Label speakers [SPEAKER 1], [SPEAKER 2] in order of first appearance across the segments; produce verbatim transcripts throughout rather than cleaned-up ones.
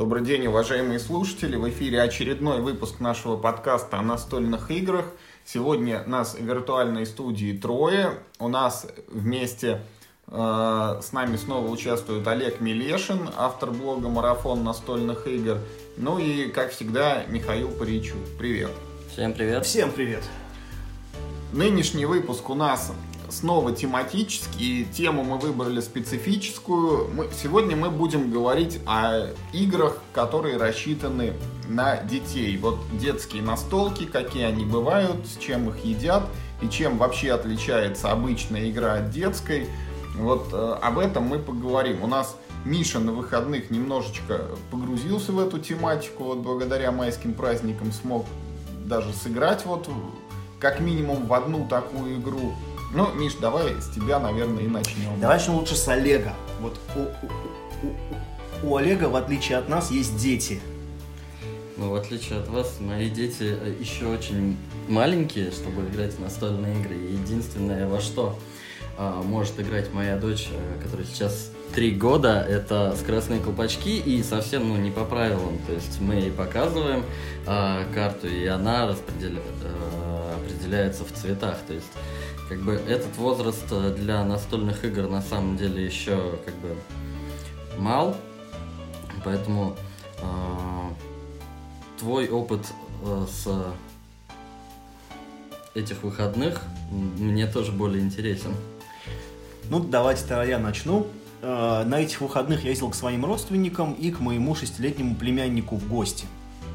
[SPEAKER 1] Добрый день, уважаемые слушатели! В эфире очередной выпуск нашего подкаста о настольных играх. Сегодня нас в виртуальной студии трое. У нас вместе э, с нами снова участвует Олег Милешин, автор блога «Марафон настольных игр». Ну и, как всегда, Михаил Паричук. Привет!
[SPEAKER 2] Всем привет!
[SPEAKER 3] Всем привет!
[SPEAKER 1] Нынешний выпуск у нас снова тематический, тему мы выбрали специфическую. Мы, сегодня мы будем говорить о играх, которые рассчитаны на детей. Вот детские настолки, какие они бывают, с чем их едят и чем вообще отличается обычная игра от детской. Вот э, об этом мы поговорим. У нас Миша на выходных немножечко погрузился в эту тематику, вот благодаря майским праздникам смог даже сыграть вот как минимум в одну такую игру. Ну, Миш, давай с тебя, наверное, и начнем.
[SPEAKER 3] Давай начнем лучше с Олега. Вот у, у, у, у Олега, в отличие от нас, есть дети.
[SPEAKER 2] Ну, в отличие от вас, мои дети еще очень маленькие, чтобы играть в настольные игры. И единственное, во что а, может играть моя дочь, которая сейчас три года, это скоростные колпачки и совсем, ну, не по правилам. То есть мы ей показываем а, карту, и она распределя... а, определяется в цветах. То есть как бы этот возраст для настольных игр на самом деле еще как бы мал, поэтому э, твой опыт э, с этих выходных мне тоже более интересен.
[SPEAKER 3] Ну, давайте тогда я начну. Э, на этих выходных я ездил к своим родственникам и к моему шестилетнему племяннику в гости.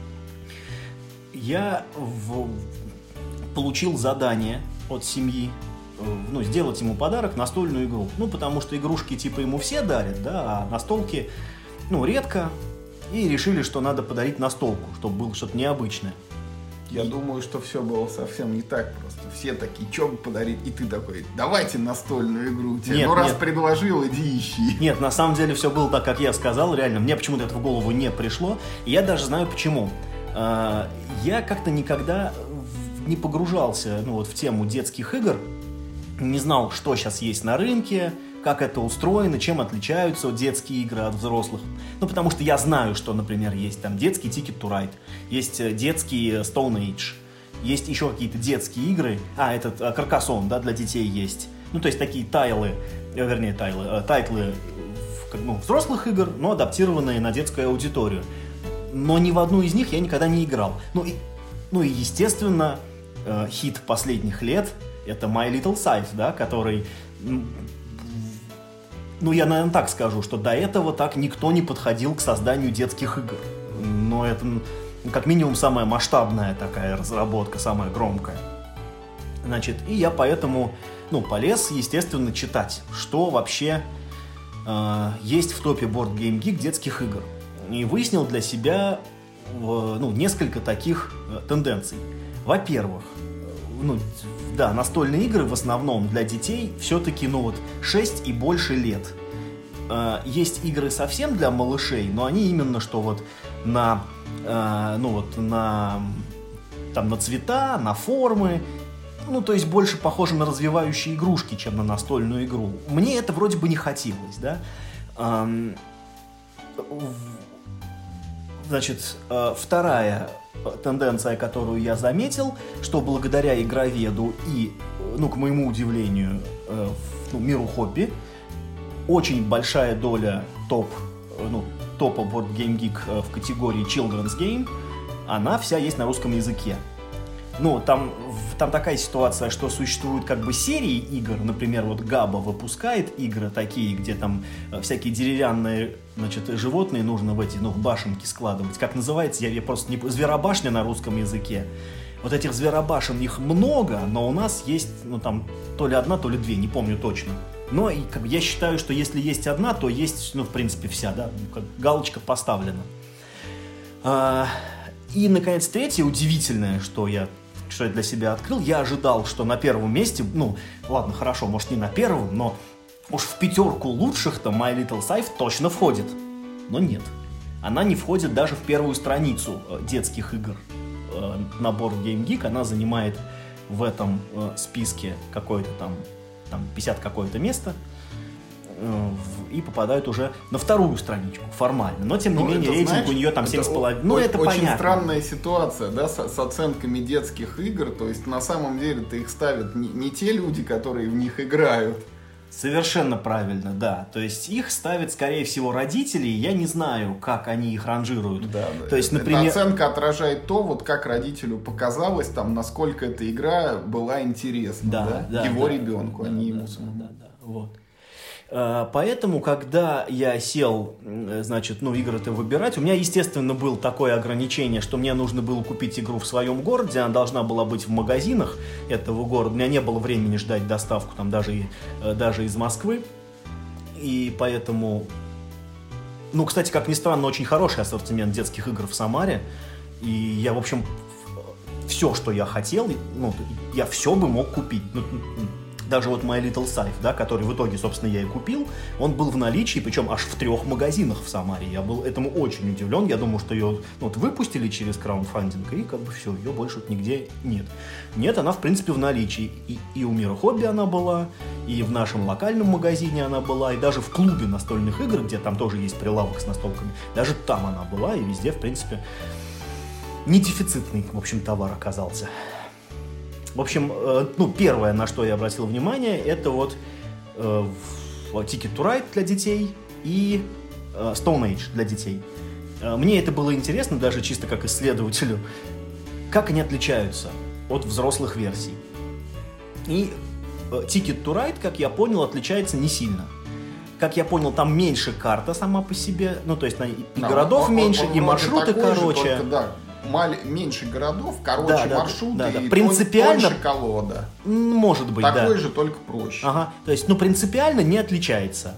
[SPEAKER 3] Я в... получил задание от семьи, ну, сделать ему подарок, настольную игру. Ну, потому что игрушки типа ему все дарят, да, а настолки, ну, редко. И решили, что надо подарить настолку, чтобы было что-то необычное.
[SPEAKER 1] Я
[SPEAKER 3] и...
[SPEAKER 1] думаю, что все было совсем не так просто. Все такие, что бы подарить? И ты такой, давайте настольную игру. Тебе,
[SPEAKER 3] нет,
[SPEAKER 1] ну, раз
[SPEAKER 3] нет.
[SPEAKER 1] предложил, иди ищи.
[SPEAKER 3] Нет, на самом деле все было так, как я сказал, реально. Мне почему-то это в голову не пришло. И я даже знаю почему. Я как-то никогда не погружался, ну, вот в тему детских игр, не знал, что сейчас есть на рынке, как это устроено, чем отличаются детские игры от взрослых. Ну, потому что я знаю, что, например, есть там детский Ticket to Ride, есть детский Stone Age, есть еще какие-то детские игры, а, этот Каркасон, да, для детей есть. Ну, то есть такие тайлы, вернее, тайлы, тайтлы ну, взрослых игр, но адаптированные на детскую аудиторию. Но ни в одну из них я никогда не играл. Ну и, ну и естественно, хит последних лет — это My Little Scythe, да, который, ну, я, наверное, так скажу, что до этого так никто не подходил к созданию детских игр. Но это, как минимум, самая масштабная такая разработка, самая громкая. Значит, и я поэтому, ну, полез, естественно, читать, что вообще э, есть в топе Board Game Geek детских игр. И выяснил для себя, ну, несколько таких э, тенденций. Во-первых, ну, да, настольные игры в основном для детей все-таки, ну, вот, шесть и больше лет. Э, есть игры совсем для малышей, но они именно что вот на, э, ну, вот, на, там, на цвета, на формы, ну, то есть больше похожи на развивающие игрушки, чем на настольную игру. Мне это вроде бы не хотелось, да. Э, Значит, вторая тенденция, которую я заметил, что благодаря игроведу и, ну, к моему удивлению, ну, миру хобби, очень большая доля топ, ну, топа Board Game Geek в категории Children's Game, она вся есть на русском языке. Ну, там, там такая ситуация, что существуют как бы серии игр, например, вот Габа выпускает игры такие, где там всякие деревянные, значит, животные нужно в эти, ну, башенки складывать. Как называется, я, я просто не... Зверобашня на русском языке. Вот этих зверобашен, их много, но у нас есть, ну, там, то ли одна, то ли две, не помню точно. Но и, как бы, я считаю, что если есть одна, то есть, ну, в принципе, вся, да, как галочка поставлена. А, и, наконец, третье удивительное, что я что я для себя открыл, я ожидал, что на первом месте, ну, ладно, хорошо, может, не на первом, но уж в пятерку лучших-то My Little Scythe точно входит. Но нет. Она не входит даже в первую страницу детских игр на Board Game Geek. Она занимает в этом списке какое-то там, там пятьдесят какое-то место. э, в, и попадают уже на вторую страничку формально. Но, тем не
[SPEAKER 1] Ну,
[SPEAKER 3] менее,
[SPEAKER 1] это,
[SPEAKER 3] рейтинг
[SPEAKER 1] знаешь,
[SPEAKER 3] у нее там
[SPEAKER 1] это
[SPEAKER 3] семь с половиной.
[SPEAKER 1] о-
[SPEAKER 3] Ну,
[SPEAKER 1] о-
[SPEAKER 3] это
[SPEAKER 1] очень
[SPEAKER 3] понятно.
[SPEAKER 1] странная ситуация, да, с, с оценками детских игр. То есть, на самом деле-то их ставят не, не те люди, которые в них играют.
[SPEAKER 3] Совершенно правильно, да. То есть их ставят, скорее всего, родители. Я не знаю, как они их ранжируют.
[SPEAKER 1] Да,
[SPEAKER 3] То есть,
[SPEAKER 1] Эта
[SPEAKER 3] например...
[SPEAKER 1] оценка отражает то, вот как родителю показалось, там, насколько эта игра была интересна,
[SPEAKER 3] Да,
[SPEAKER 1] да,
[SPEAKER 3] да,
[SPEAKER 1] его
[SPEAKER 3] да,
[SPEAKER 1] ребенку,
[SPEAKER 3] да,
[SPEAKER 1] а не
[SPEAKER 3] да,
[SPEAKER 1] ему
[SPEAKER 3] да,
[SPEAKER 1] самому.
[SPEAKER 3] да, да, вот. А, Поэтому, когда я сел, м, значит, ну, игры-то выбирать, у меня, естественно, было такое ограничение, что мне нужно было купить игру в своем городе, она должна была быть в магазинах этого города. У меня не было времени ждать доставку там даже, и, э, даже из Москвы. И поэтому... Ну, кстати, как ни странно, очень хороший ассортимент детских игр в Самаре. И я, в общем, все, что я хотел, ну, я все бы мог купить. Ну, даже вот My Little Scythe, да, который в итоге, собственно, я и купил, он был в наличии, причем аж в трех магазинах в Самаре. Я был этому очень удивлен. Я думал, что ее ну, вот выпустили через краундфандинг, и как бы все, ее больше вот нигде нет. Нет, она, в принципе, в наличии. И, и у Мира Хобби она была, и в нашем локальном магазине она была, и даже в клубе настольных игр, где там тоже есть прилавок с настолками, даже там она была, и везде, в принципе, не дефицитный, в общем, товар оказался. В общем, э, ну, первое, на что я обратил внимание, это вот э, Ticket to Ride для детей и э, Stone Age для детей. Э, мне это было интересно, даже чисто как исследователю, как они отличаются от взрослых версий. И э, Ticket to Ride, как я понял, отличается не сильно. Как я понял, там меньше карта сама по себе, ну, то есть на, и
[SPEAKER 1] Да,
[SPEAKER 3] городов
[SPEAKER 1] он-
[SPEAKER 3] меньше,
[SPEAKER 1] он
[SPEAKER 3] и
[SPEAKER 1] вроде
[SPEAKER 3] маршруты
[SPEAKER 1] такой же,
[SPEAKER 3] короче.
[SPEAKER 1] только, да, мали- меньше городов, короче
[SPEAKER 3] Да, да,
[SPEAKER 1] маршруты
[SPEAKER 3] да, да.
[SPEAKER 1] и
[SPEAKER 3] Принципиально-
[SPEAKER 1] тоньше колода.
[SPEAKER 3] М, Может быть, да.
[SPEAKER 1] Такой же, только проще.
[SPEAKER 3] Ага, то есть, ну, принципиально не отличается.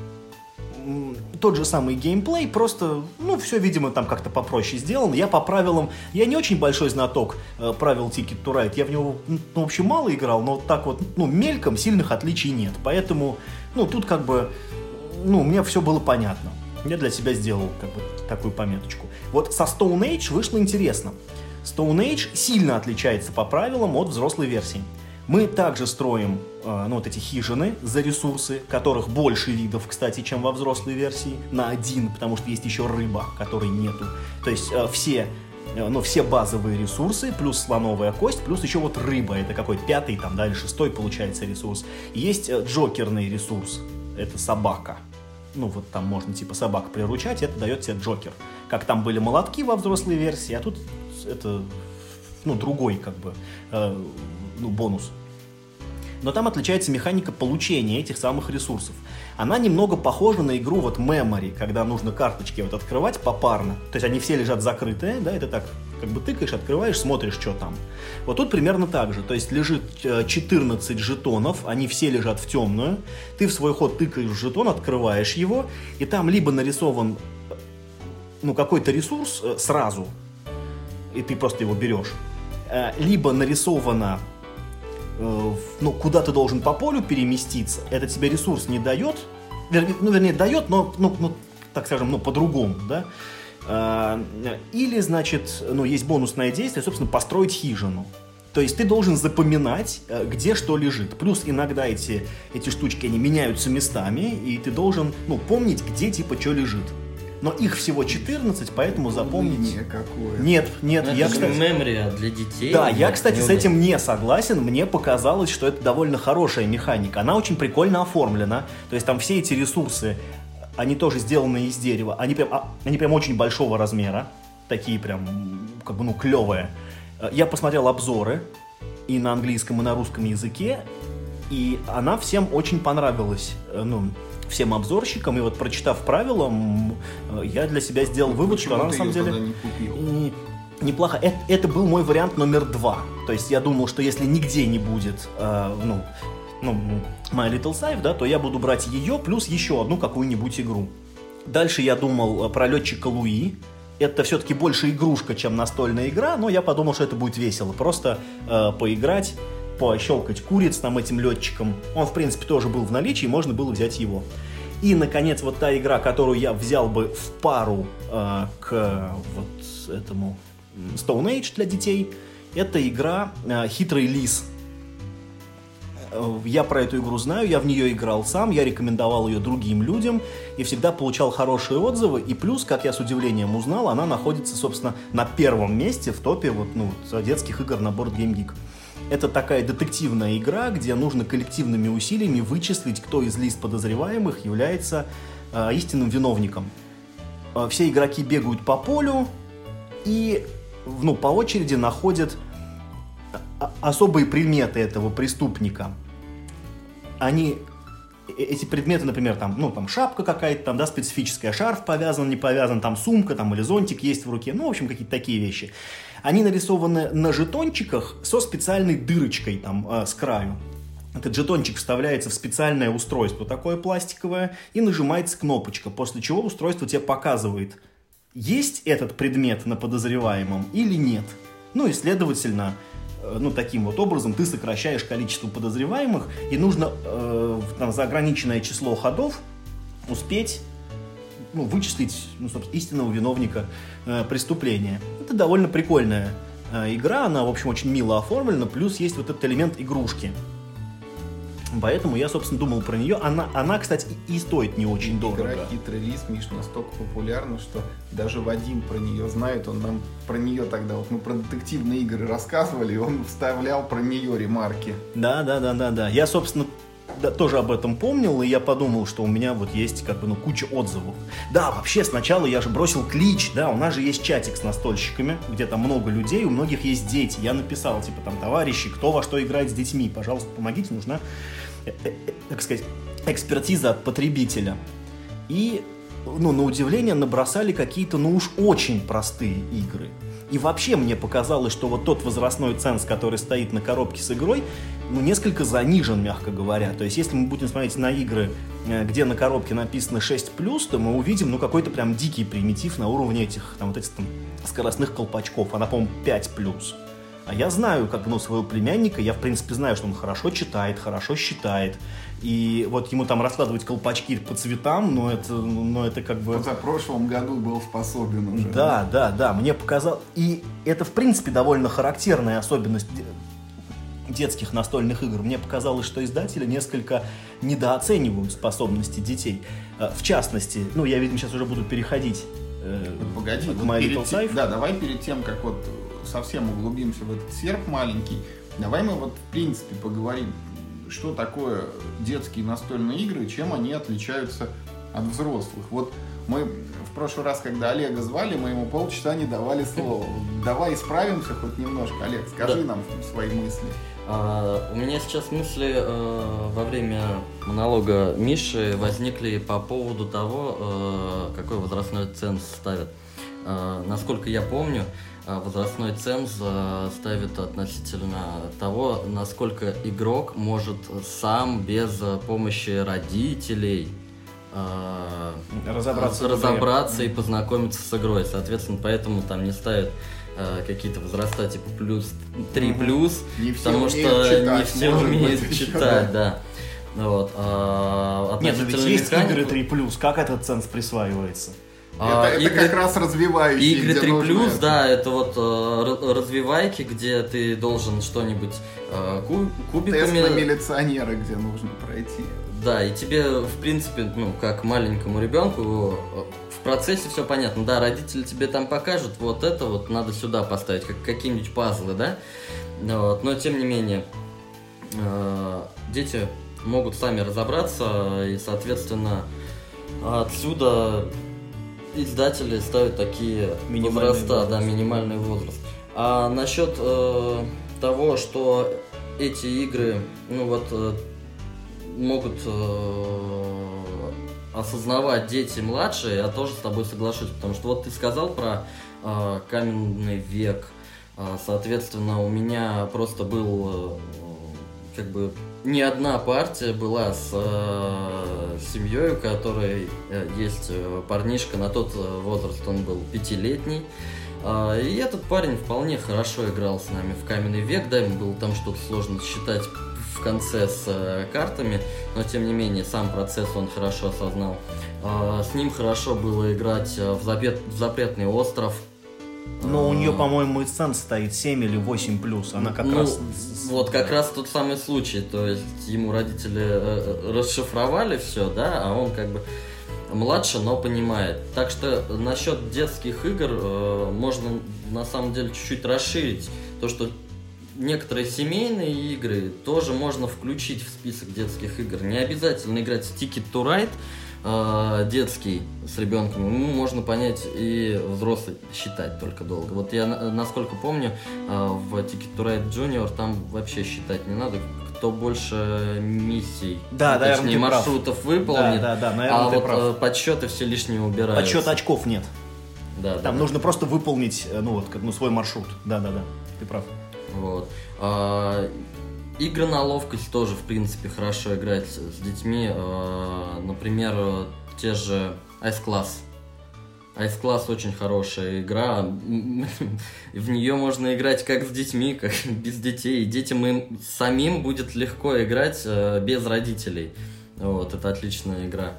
[SPEAKER 3] М, Тот же самый геймплей, просто, ну, все, видимо, там как-то попроще сделано. Я по правилам, я не очень большой знаток э, правил Ticket to Ride, я в него, ну, в общем, мало играл, но вот так вот, ну, мельком сильных отличий нет. Поэтому, ну, тут как бы, ну, мне все было понятно. Я для себя сделал, как бы, такую пометочку. Вот со Stone Age вышло интересно. Stone Age сильно отличается по правилам от взрослой версии. Мы также строим э, ну, вот эти хижины за ресурсы, которых больше видов, кстати, чем во взрослой версии, на один, потому что есть еще рыба, которой нету. То есть э, все, э, ну, все базовые ресурсы, плюс слоновая кость, плюс еще вот рыба, это какой пятый там, да, или шестой получается ресурс. И есть э, джокерный ресурс, это собака. Ну, вот там можно типа собак приручать, это дает тебе джокер. Как там были молотки во взрослой версии, а тут это, ну, другой как бы, э, ну, бонус. Но там отличается механика получения этих самых ресурсов. Она немного похожа на игру вот Memory, когда нужно карточки вот открывать попарно. То есть они все лежат закрытые, да, это так, как бы тыкаешь, открываешь, смотришь, что там. Вот тут примерно так же. То есть лежит четырнадцать жетонов, они все лежат в темную. Ты в свой ход тыкаешь в жетон, открываешь его, и там либо нарисован, ну, какой-то ресурс э, сразу, и ты просто его берешь, э, либо нарисовано, э, ну, куда ты должен по полю переместиться, это тебе ресурс не дает, вер, ну, вернее, дает, но, ну, ну, так скажем, ну, по-другому, да. Э, или, значит, ну, есть бонусное действие, собственно, построить хижину. То есть ты должен запоминать, где что лежит. Плюс иногда эти, эти штучки, они меняются местами, и ты должен, ну, помнить, где типа что лежит. Но их всего четырнадцать, поэтому запомнить...
[SPEAKER 1] Уныние какое.
[SPEAKER 3] Нет, нет,
[SPEAKER 2] Ну,
[SPEAKER 3] я,
[SPEAKER 2] это же
[SPEAKER 3] кстати...
[SPEAKER 2] мемори, а для детей.
[SPEAKER 3] Да,
[SPEAKER 2] нет,
[SPEAKER 3] я, кстати,
[SPEAKER 2] не
[SPEAKER 3] с
[SPEAKER 2] удобно.
[SPEAKER 3] этим не согласен. Мне показалось, что это довольно хорошая механика. Она очень прикольно оформлена. То есть там все эти ресурсы, они тоже сделаны из дерева. Они прям, а, они прям очень большого размера. Такие прям, как бы, ну, клевые. Я посмотрел обзоры и на английском, и на русском языке. И она всем очень понравилась. Ну, всем обзорщикам. И вот, прочитав правила, я для себя сделал вывод,
[SPEAKER 1] Почему
[SPEAKER 3] что она
[SPEAKER 1] ты
[SPEAKER 3] на самом
[SPEAKER 1] её
[SPEAKER 3] деле...
[SPEAKER 1] тогда не купил?
[SPEAKER 3] И неплохо. Это, это был мой вариант номер два. То есть я думал, что если нигде не будет, э, ну, ну, My Little Scythe, да, то я буду брать ее плюс еще одну какую-нибудь игру. Дальше я думал про летчика Луи. Это все-таки больше игрушка, чем настольная игра, но я подумал, что это будет весело. Просто э, поиграть, пощелкать куриц там этим летчиком. Он, в принципе, тоже был в наличии, можно было взять его. И, наконец, вот та игра, которую я взял бы в пару э, к вот этому Stone Age для детей, это игра э, «Хитрый лис». Я про эту игру знаю, я в нее играл сам, я рекомендовал ее другим людям и всегда получал хорошие отзывы. И плюс, как я с удивлением узнал, она находится, собственно, на первом месте в топе вот, ну, детских игр на Board Game Geek. Это такая детективная игра, где нужно коллективными усилиями вычислить, кто из лист подозреваемых является э, истинным виновником. Э, все игроки бегают по полю и, ну, по очереди находят особые предметы этого преступника. Они, эти предметы, например, там, ну, там шапка какая-то, там, да, специфическая, шарф повязан, не повязан, там сумка, там, или зонтик есть в руке, ну, в общем, какие-то такие вещи. Они нарисованы на жетончиках со специальной дырочкой, там, э, с краю. Этот жетончик вставляется в специальное устройство, такое пластиковое, и нажимается кнопочка, после чего устройство тебе показывает, есть этот предмет на подозреваемом или нет. Ну и, следовательно, ну, таким вот образом ты сокращаешь количество подозреваемых, и нужно э, там, за ограниченное число ходов успеть, ну, вычислить, ну, собственно, истинного виновника э, преступления. Это довольно прикольная э, игра, она, в общем, очень мило оформлена, плюс есть вот этот элемент игрушки. Поэтому я, собственно, думал про нее. Она, она кстати, и, и стоит не очень дорого.
[SPEAKER 1] Игра «Хитрый лис», Миш, настолько популярна, что даже Вадим про нее знает. Он нам про нее тогда, вот мы про детективные игры рассказывали, и он вставлял про нее ремарки.
[SPEAKER 3] Да, да, да, да, да. Я, собственно, да, тоже об этом помнил, и я подумал, что у меня вот есть как бы, ну, куча отзывов. Да, вообще, сначала я же бросил клич, да, у нас же есть чатик с настольщиками, где там много людей, у многих есть дети. Я написал, типа, там, товарищи, кто во что играет с детьми, пожалуйста, помогите, нужна, так сказать, экспертиза от потребителя. И, ну, на удивление, набросали какие-то, ну, уж очень простые игры. И вообще мне показалось, что вот тот возрастной ценз, который стоит на коробке с игрой, ну, несколько занижен, мягко говоря. То есть, если мы будем смотреть на игры, где на коробке написано шесть плюс, то мы увидим, ну, какой-то прям дикий примитив на уровне этих, там, вот этих там скоростных колпачков. Она, по-моему, пять плюс. А я знаю, как, ну, своего племянника, я, в принципе, знаю, что он хорошо читает, хорошо считает. И вот ему там раскладывать колпачки по цветам, ну, это, ну, это как бы...
[SPEAKER 1] Вот в прошлом году был способен уже.
[SPEAKER 3] Да, да, да, мне показалось... И это, в принципе, довольно характерная особенность детских настольных игр. Мне показалось, что издатели несколько недооценивают способности детей. В частности, ну, я, видимо, сейчас уже буду переходить э,
[SPEAKER 1] Погоди,
[SPEAKER 3] к
[SPEAKER 1] вот
[SPEAKER 3] My
[SPEAKER 1] перед
[SPEAKER 3] Little
[SPEAKER 1] тем,
[SPEAKER 3] Life.
[SPEAKER 1] да, давай перед тем, как вот совсем углубимся в этот серп маленький, давай мы вот, в принципе, поговорим, что такое детские настольные игры, чем они отличаются от взрослых. Вот мы в прошлый раз, когда Олега звали, мы ему полчаса не давали слова. Давай исправимся хоть немножко. Олег, скажи
[SPEAKER 2] да.
[SPEAKER 1] нам свои мысли.
[SPEAKER 2] А, у меня сейчас мысли э, во время монолога Миши возникли по поводу того, э, какой возрастной ценз ставят. Э, насколько я помню, возрастной ценз ставит относительно того, насколько игрок может сам без помощи родителей
[SPEAKER 3] разобраться,
[SPEAKER 2] разобраться и познакомиться с игрой. Соответственно, поэтому там не ставят какие-то возраста типа плюс три плюс,
[SPEAKER 1] не
[SPEAKER 2] потому что читать, не все умеют быть, читать, еще, да. Вот. А,
[SPEAKER 3] Нет, но ведь есть механику... игры три плюс, как этот ценз присваивается?
[SPEAKER 1] Это, это игры, как раз развивающие.
[SPEAKER 2] Игры три плюс, да, это вот э, развивайки, где ты должен что-нибудь э, кубиками...
[SPEAKER 1] Тест на милиционера, где нужно пройти.
[SPEAKER 2] Да, и тебе, в принципе, ну, как маленькому ребенку, в процессе все понятно. Да, родители тебе там покажут, вот это вот надо сюда поставить, как какие-нибудь пазлы, да? Вот. Но, тем не менее, э, дети могут сами разобраться, и, соответственно, отсюда... Издатели ставят такие возраста, да, минимальный возраст. А насчет э, того, что эти игры, ну вот, э, могут э, осознавать дети младшие, я тоже с тобой соглашусь, потому что вот ты сказал про э, каменный век, э, соответственно, у меня просто был, э, как бы, не одна партия была с э, семьей, у которой э, есть э, парнишка, на тот э, возраст он был пятилетний. Э, и этот парень вполне хорошо играл с нами в каменный век, да, ему было там что-то сложно считать в конце с э, картами, но тем не менее сам процесс он хорошо осознал. Э, с ним хорошо было играть в, запрет, в запретный остров.
[SPEAKER 3] Но у нее, по-моему, и цен стоит семь или восемь плюс. Она как
[SPEAKER 2] ну,
[SPEAKER 3] раз...
[SPEAKER 2] Вот как раз тот самый случай. То есть ему родители э, расшифровали все, да, а он как бы младше, но понимает. Так что насчет детских игр э, можно на самом деле чуть-чуть расширить. То, что некоторые семейные игры тоже можно включить в список детских игр. Не обязательно играть в Ticket to Ride, детский с ребенком, ему можно понять и взрослый считать только долго. Вот я, насколько помню, в Ticket to Ride Junior там вообще считать не надо. Кто больше миссий,
[SPEAKER 3] да,
[SPEAKER 2] ну, точнее, маршрутов прав. выполнит,
[SPEAKER 3] да, да, да, наверное,
[SPEAKER 2] а
[SPEAKER 3] ты
[SPEAKER 2] вот
[SPEAKER 3] прав.
[SPEAKER 2] подсчеты все лишние убираются.
[SPEAKER 3] Подсчет очков нет.
[SPEAKER 2] Да,
[SPEAKER 3] там
[SPEAKER 2] да,
[SPEAKER 3] нужно
[SPEAKER 2] да.
[SPEAKER 3] просто выполнить ну, вот, ну, свой маршрут. Да, да, да, ты прав.
[SPEAKER 2] Вот. А, игры на ловкость тоже, в принципе, хорошо играть с детьми. А, например, те же Ice Class. Ice Class очень хорошая игра. В нее можно играть как с детьми, как без детей. И детям им самим будет легко играть без родителей. Вот, это отличная игра.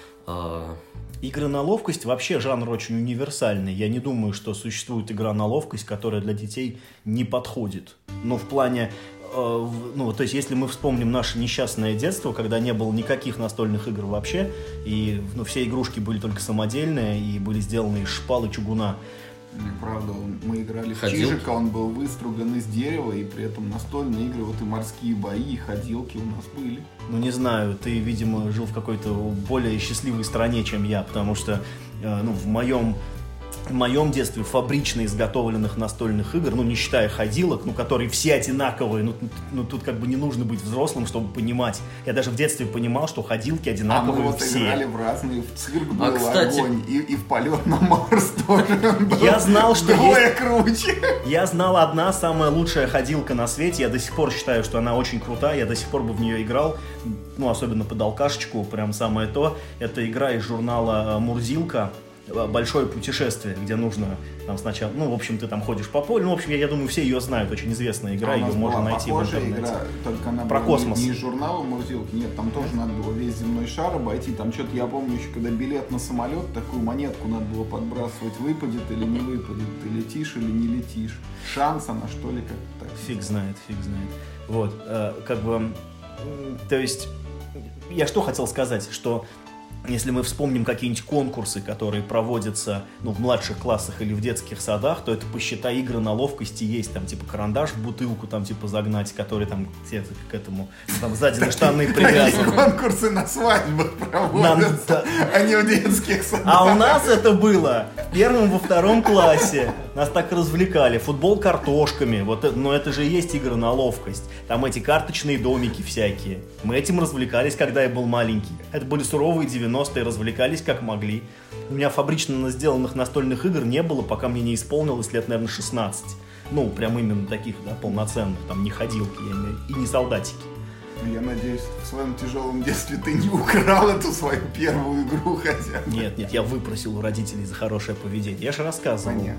[SPEAKER 3] Игры на ловкость вообще жанр очень универсальный. Я не думаю, что существует игра на ловкость, которая для детей не подходит. Но в плане, э, ну, то есть, если мы вспомним наше несчастное детство, когда не было никаких настольных игр вообще, и ну, все игрушки были только самодельные и были сделаны из шпал и чугуна.
[SPEAKER 1] Правда, мы играли в
[SPEAKER 2] Ходилки.
[SPEAKER 1] Чижика, он был выструган из дерева, и при этом настольные игры, вот и морские бои, и ходилки у нас были.
[SPEAKER 3] Ну, не знаю, ты, видимо, жил в какой-то более счастливой стране, чем я, потому что э, ну, в моем, в моем детстве фабрично изготовленных настольных игр, ну, не считая ходилок, ну, которые все одинаковые, ну, ну, тут как бы не нужно быть взрослым, чтобы понимать. Я даже в детстве понимал, что ходилки одинаковые
[SPEAKER 1] а мы вот
[SPEAKER 3] все.
[SPEAKER 1] играли в разные, в цирк был
[SPEAKER 2] А, кстати...
[SPEAKER 1] огонь, и, и в полет на Марс тоже.
[SPEAKER 3] Я знал, что
[SPEAKER 1] Двое
[SPEAKER 3] есть...
[SPEAKER 1] круче.
[SPEAKER 3] Я знал одна самая лучшая ходилка на свете, я до сих пор считаю, что она очень крутая, я до сих пор бы в нее играл, ну, особенно под алкашечку, прям самое то. Это игра из журнала «Мурзилка», «Большое путешествие», где нужно там сначала, ну, в общем, ты там ходишь по полю, ну, в общем, я, я думаю, все ее знают, очень известная игра,
[SPEAKER 1] а
[SPEAKER 3] ее можно найти в интернете.
[SPEAKER 1] Игра, только она
[SPEAKER 3] про
[SPEAKER 1] была
[SPEAKER 3] космос.
[SPEAKER 1] Не, не из журнала «Мурзилки», нет, там тоже надо было весь земной шар обойти, там что-то, я помню еще, когда билет на самолет, такую монетку надо было подбрасывать, выпадет или не выпадет, ты летишь или не летишь, шанс она, что ли, как-то так.
[SPEAKER 3] Фиг знает, фиг знает. Вот, э, как бы, то есть, я что хотел сказать, что если мы вспомним какие-нибудь конкурсы, которые проводятся ну, в младших классах или в детских садах, то это, посчитай, игры на ловкости есть, там, типа, карандаш в бутылку, там, типа, загнать, который, там, к этому, там, сзади на штаны привязаны.
[SPEAKER 1] Конкурсы на свадьбах проводятся, а не в детских садах.
[SPEAKER 3] А у нас это было в первом, во втором классе. Нас так развлекали. Футбол картошками. Вот это, но это же и есть игры на ловкость. Там эти карточные домики всякие. Мы этим развлекались, когда я был маленький. Это были суровые девяностые, развлекались как могли. У меня фабрично сделанных настольных игр не было, пока мне не исполнилось лет, наверное, шестнадцать. Ну, прям именно таких, да, полноценных. Там не ходилки, я имею, и не солдатики.
[SPEAKER 1] Я надеюсь, в своем тяжелом детстве ты не украл эту свою первую игру хотя бы.
[SPEAKER 3] Нет, нет, я выпросил у родителей за хорошее поведение. Я же рассказывал.
[SPEAKER 1] Понятно.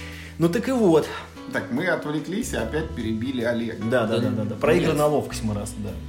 [SPEAKER 3] Ну так и вот.
[SPEAKER 1] Так, мы отвлеклись и опять перебили Олега.
[SPEAKER 3] Да, да, да, да, да. Про игры на ловкость мы раз, да.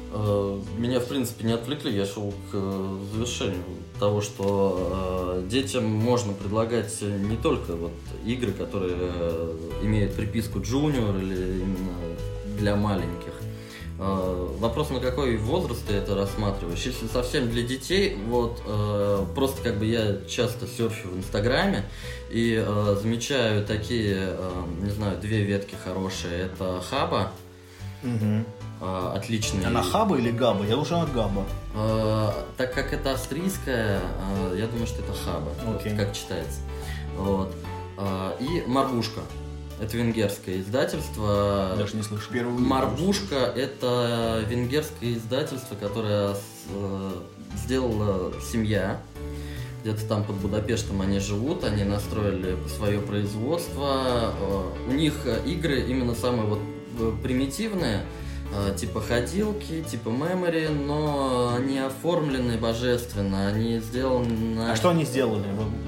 [SPEAKER 2] Меня, в принципе, не отвлекли, я шел к завершению того, что э, детям можно предлагать не только вот игры, которые э, имеют приписку Junior или именно для маленьких. Э, вопрос, на какой возраст ты это рассматриваешь. Если совсем для детей, вот э, просто как бы я часто серфю в Инстаграме и э, замечаю такие, э, не знаю, две ветки хорошие. Это Хаба.
[SPEAKER 3] Угу.
[SPEAKER 2] Отличный.
[SPEAKER 3] Она Хаба или Габа? Я думаю, она Габа.
[SPEAKER 2] А, так как это австрийская, а, я думаю, что это Хаба,
[SPEAKER 3] okay.
[SPEAKER 2] вот, как читается. Вот. А, и Марбушка. Это венгерское издательство.
[SPEAKER 3] Даже не слышал.
[SPEAKER 2] Марбушка – это венгерское издательство, которое с, сделала семья. Где-то там под Будапештом они живут, они настроили свое производство. У них игры именно самые вот примитивные, типа ходилки, типа мемори, но они оформлены божественно, они сделаны на...
[SPEAKER 3] А что они сделали?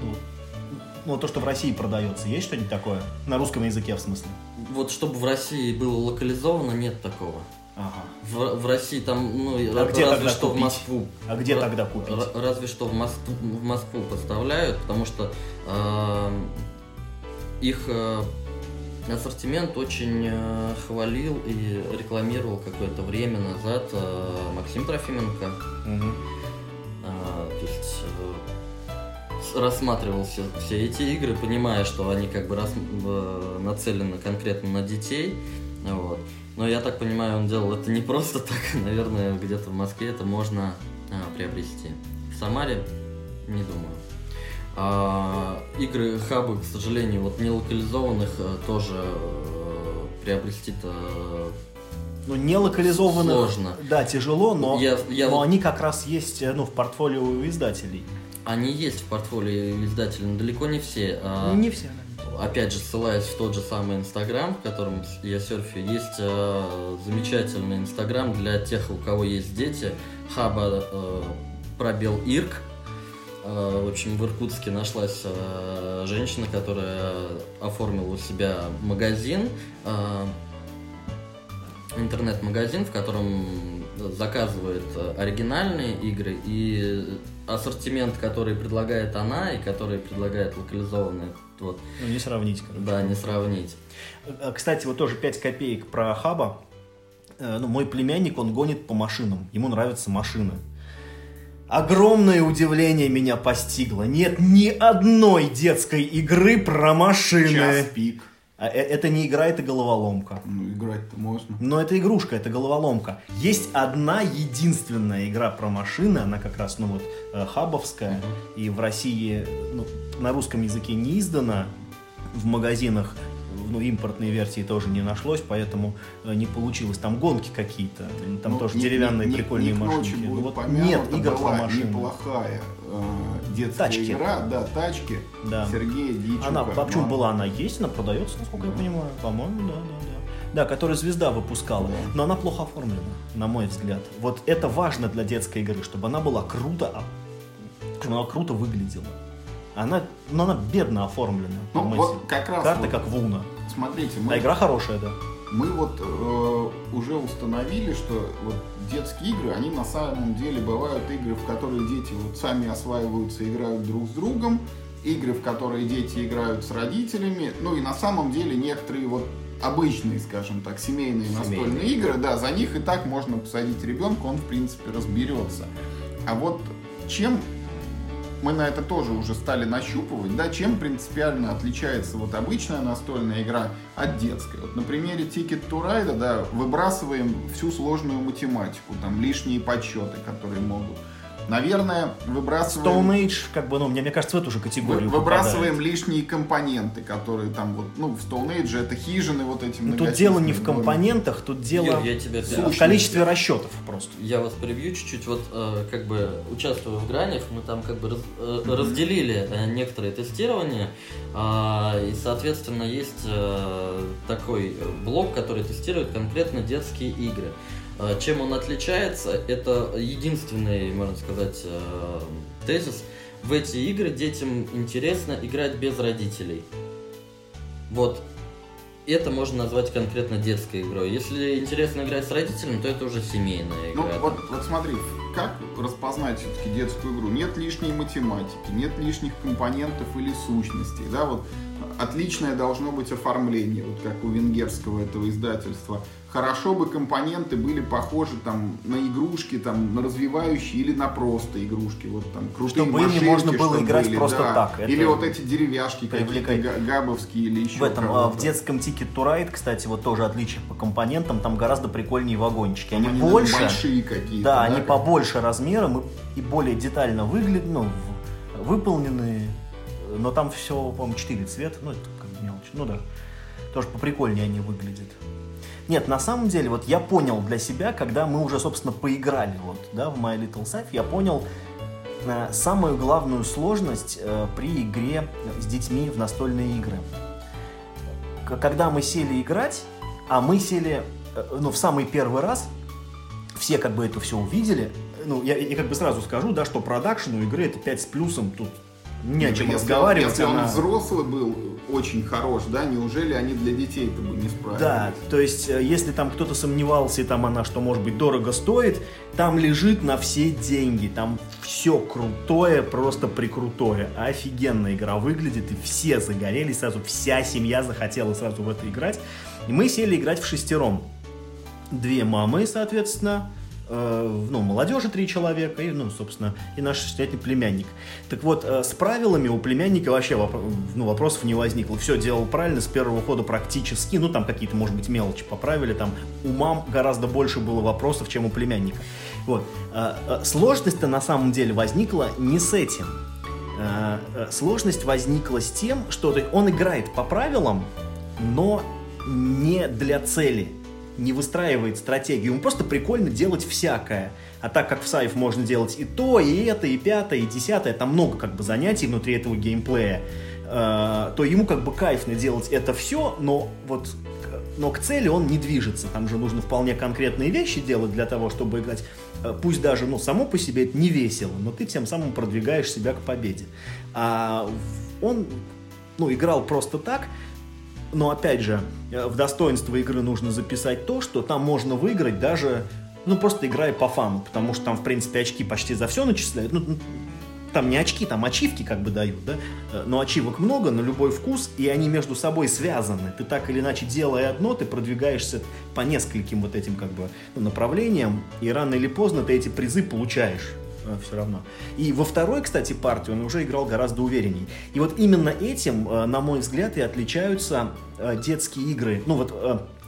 [SPEAKER 3] Ну, то, что в России продается, есть что-нибудь такое? На русском языке, в смысле?
[SPEAKER 2] Вот чтобы в России было локализовано, нет такого.
[SPEAKER 3] Ага.
[SPEAKER 2] В, в России там, ну,
[SPEAKER 3] а
[SPEAKER 2] разве что купить? В Москву.
[SPEAKER 3] А где Р- тогда купить?
[SPEAKER 2] Разве что в Москву, в Москву поставляют, потому что э, их э, ассортимент очень э, хвалил и рекламировал какое-то время назад э, Максим Трофименко.
[SPEAKER 3] Угу.
[SPEAKER 2] Э, то есть э, рассматривал все, все эти игры, понимая, что они как бы рас, э, нацелены конкретно на детей. Вот. Но я так понимаю, он делал это не просто так, наверное, где-то в Москве это можно а, приобрести. В Самаре не думаю. А, игры хабы, к сожалению, вот не локализованных а, тоже а, приобрести-то
[SPEAKER 3] ну, не локализованных,
[SPEAKER 2] сложно.
[SPEAKER 3] Да, тяжело, но,
[SPEAKER 2] я, я
[SPEAKER 3] но
[SPEAKER 2] вот...
[SPEAKER 3] они как раз есть ну, в портфолио у издателей.
[SPEAKER 2] Они есть в портфолио издателей, но далеко не все. А...
[SPEAKER 3] Не все, да.
[SPEAKER 2] Опять же, ссылаясь в тот же самый Инстаграм, в котором я серфю, есть э, замечательный Инстаграм для тех, у кого есть дети, хаба э, пробел Ирк. Э, в общем, в Иркутске нашлась э, женщина, которая оформила у себя магазин, э, интернет-магазин, в котором заказывает оригинальные игры, и ассортимент, который предлагает она и который предлагает локализованные. Вот.
[SPEAKER 3] Ну, не сравнить, короче.
[SPEAKER 2] Да, не сравнить.
[SPEAKER 3] Кстати, вот тоже пять копеек про хаба. Ну, мой племянник, он гонит по машинам. Ему нравятся машины. Огромное удивление меня постигло. Нет ни одной детской игры про машины.
[SPEAKER 1] Час пик.
[SPEAKER 3] А это не игра, это головоломка.
[SPEAKER 1] Ну, играть-то можно.
[SPEAKER 3] Но это игрушка, это головоломка. Есть одна единственная игра про машины, она как раз, ну вот, хабовская, uh-huh. и в России, ну, на русском языке не издана, в магазинах, ну, импортной версии тоже не нашлось, поэтому не получилось. Там гонки какие-то, там ну, тоже не, деревянные не, прикольные
[SPEAKER 1] не
[SPEAKER 3] машинки.
[SPEAKER 1] Ну,
[SPEAKER 3] вот нет игр про машины.
[SPEAKER 1] Неплохая э, детская
[SPEAKER 3] тачки.
[SPEAKER 1] игра, да, тачки.
[SPEAKER 3] Да.
[SPEAKER 1] Сергея Дьячука.
[SPEAKER 3] Она, почему была, она есть, она продается, насколько да. я понимаю, по-моему, да, да, да. Да, которую «Звезда» выпускала, да. но она плохо оформлена, на мой взгляд. Вот это важно для детской игры, чтобы она была круто, чтобы она круто выглядела. Она, ну, она бедно оформлена.
[SPEAKER 1] Ну, вот как раз
[SPEAKER 3] карта
[SPEAKER 1] вот,
[SPEAKER 3] как в Уно.
[SPEAKER 1] Смотрите, мы,
[SPEAKER 3] а игра хорошая, да.
[SPEAKER 1] Мы вот э, уже установили, что вот детские игры, они на самом деле бывают игры, в которые дети вот сами осваиваются, играют друг с другом, игры, в которые дети играют с родителями, ну и на самом деле некоторые вот обычные, скажем так, семейные, семейные настольные игры, да, за них и так можно посадить ребенка, он в принципе разберется. А вот чем мы на это тоже уже стали нащупывать, да, чем принципиально отличается вот обычная настольная игра от детской. Вот на примере Ticket to Ride, да, выбрасываем всю сложную математику, там лишние подсчеты, которые могут. Наверное, выбрасываем...
[SPEAKER 3] Stone Age, как бы, ну, мне, мне кажется, в эту же категорию
[SPEAKER 1] Выбрасываем
[SPEAKER 3] попадает.
[SPEAKER 1] Лишние компоненты, которые там вот, ну, в Stone Age это хижины вот эти многочисленные.
[SPEAKER 3] Тут дело не в компонентах, тут дело
[SPEAKER 2] Юр, я тебя
[SPEAKER 3] в количестве расчетов просто.
[SPEAKER 2] Я вас перебью чуть-чуть, вот э, как бы участвуя в гранях, мы там как бы раз, э, разделили э, некоторые тестирования, э, и, соответственно, есть э, такой блок, который тестирует конкретно детские игры. Чем он отличается, это единственный, можно сказать, тезис. В эти игры детям интересно играть без родителей. Вот. Это можно назвать конкретно детской игрой. Если интересно играть с родителями, то это уже семейная игра.
[SPEAKER 1] Ну, вот, вот смотри, как распознать все-таки детскую игру? Нет лишней математики, нет лишних компонентов или сущностей. Да? Вот отличное должно быть оформление, вот как у венгерского этого издательства. Хорошо бы компоненты были похожи там, на игрушки, там, на развивающие или на просто игрушки. Вот, там, крутые
[SPEAKER 3] чтобы ими можно было играть
[SPEAKER 1] были,
[SPEAKER 3] просто
[SPEAKER 1] да.
[SPEAKER 3] так.
[SPEAKER 1] Или вот эти деревяшки
[SPEAKER 3] привлекает.
[SPEAKER 1] какие-то габовские или еще
[SPEAKER 3] в этом,
[SPEAKER 1] кого-то.
[SPEAKER 3] В детском Ticket to Ride, кстати, вот тоже отличие по компонентам, там гораздо прикольнее вагончики. Они,
[SPEAKER 1] они
[SPEAKER 3] больше,
[SPEAKER 1] большие какие-то.
[SPEAKER 3] Да,
[SPEAKER 1] да,
[SPEAKER 3] они
[SPEAKER 1] как...
[SPEAKER 3] побольше размером и, и более детально выглядят, ну, выполнены. Но там все, по-моему, четыре цвета, ну, это как бы мелочь. Ну да, тоже поприкольнее они выглядят. Нет, на самом деле, вот я понял для себя, когда мы уже, собственно, поиграли вот, да, в My Little Scythe, я понял э, самую главную сложность э, при игре с детьми в настольные игры. Когда мы сели играть, а мы сели, э, ну, в самый первый раз, все как бы это все увидели, ну, я, я как бы сразу скажу, да, что продакшн у игры это пять с плюсом, тут не о чем
[SPEAKER 1] если
[SPEAKER 3] разговаривать.
[SPEAKER 1] Он, если
[SPEAKER 3] она...
[SPEAKER 1] он взрослый был, очень хорош, да, неужели они для детей-то бы не справились?
[SPEAKER 3] Да, то есть, если там кто-то сомневался, и там она, что может быть дорого стоит, там лежит на все деньги, там все крутое, просто прикрутое, офигенная игра выглядит, и все загорелись сразу, вся семья захотела сразу в это играть, и мы сели играть в шестером. Две мамы, соответственно, э, ну, молодежи три человека, и, ну, собственно, и наш шестилетний племянник. Так вот, э, с правилами у племянника вообще воп- ну, вопросов не возникло. Все делал правильно с первого хода практически. Ну, там какие-то, может быть, мелочи поправили. Там у мам гораздо больше было вопросов, чем у племянника. Вот. Э, э, сложность-то на самом деле возникла не с этим. Э, э, сложность возникла с тем, что он играет по правилам, но не для цели. Не выстраивает стратегию. Ему просто прикольно делать всякое. А так как в Сайф можно делать и то, и это, и пятое, и десятое, там много как бы занятий внутри этого геймплея, э, то ему как бы кайфно делать это все, но вот но к цели он не движется. Там же нужно вполне конкретные вещи делать для того, чтобы играть. Пусть даже, ну, само по себе это не весело, но ты тем самым продвигаешь себя к победе. А он, ну, играл просто так. Но, опять же, в достоинство игры нужно записать то, что там можно выиграть даже, ну, просто играя по фану, потому что там, в принципе, очки почти за все начисляют. Ну, там не очки, там ачивки как бы дают, да? Но ачивок много на любой вкус, и они между собой связаны. Ты так или иначе, делая одно, ты продвигаешься по нескольким вот этим как бы ну, направлениям, и рано или поздно ты эти призы получаешь. Все равно. И во второй, кстати, партии он уже играл гораздо уверенней. И вот именно этим, на мой взгляд, и отличаются детские игры. Ну вот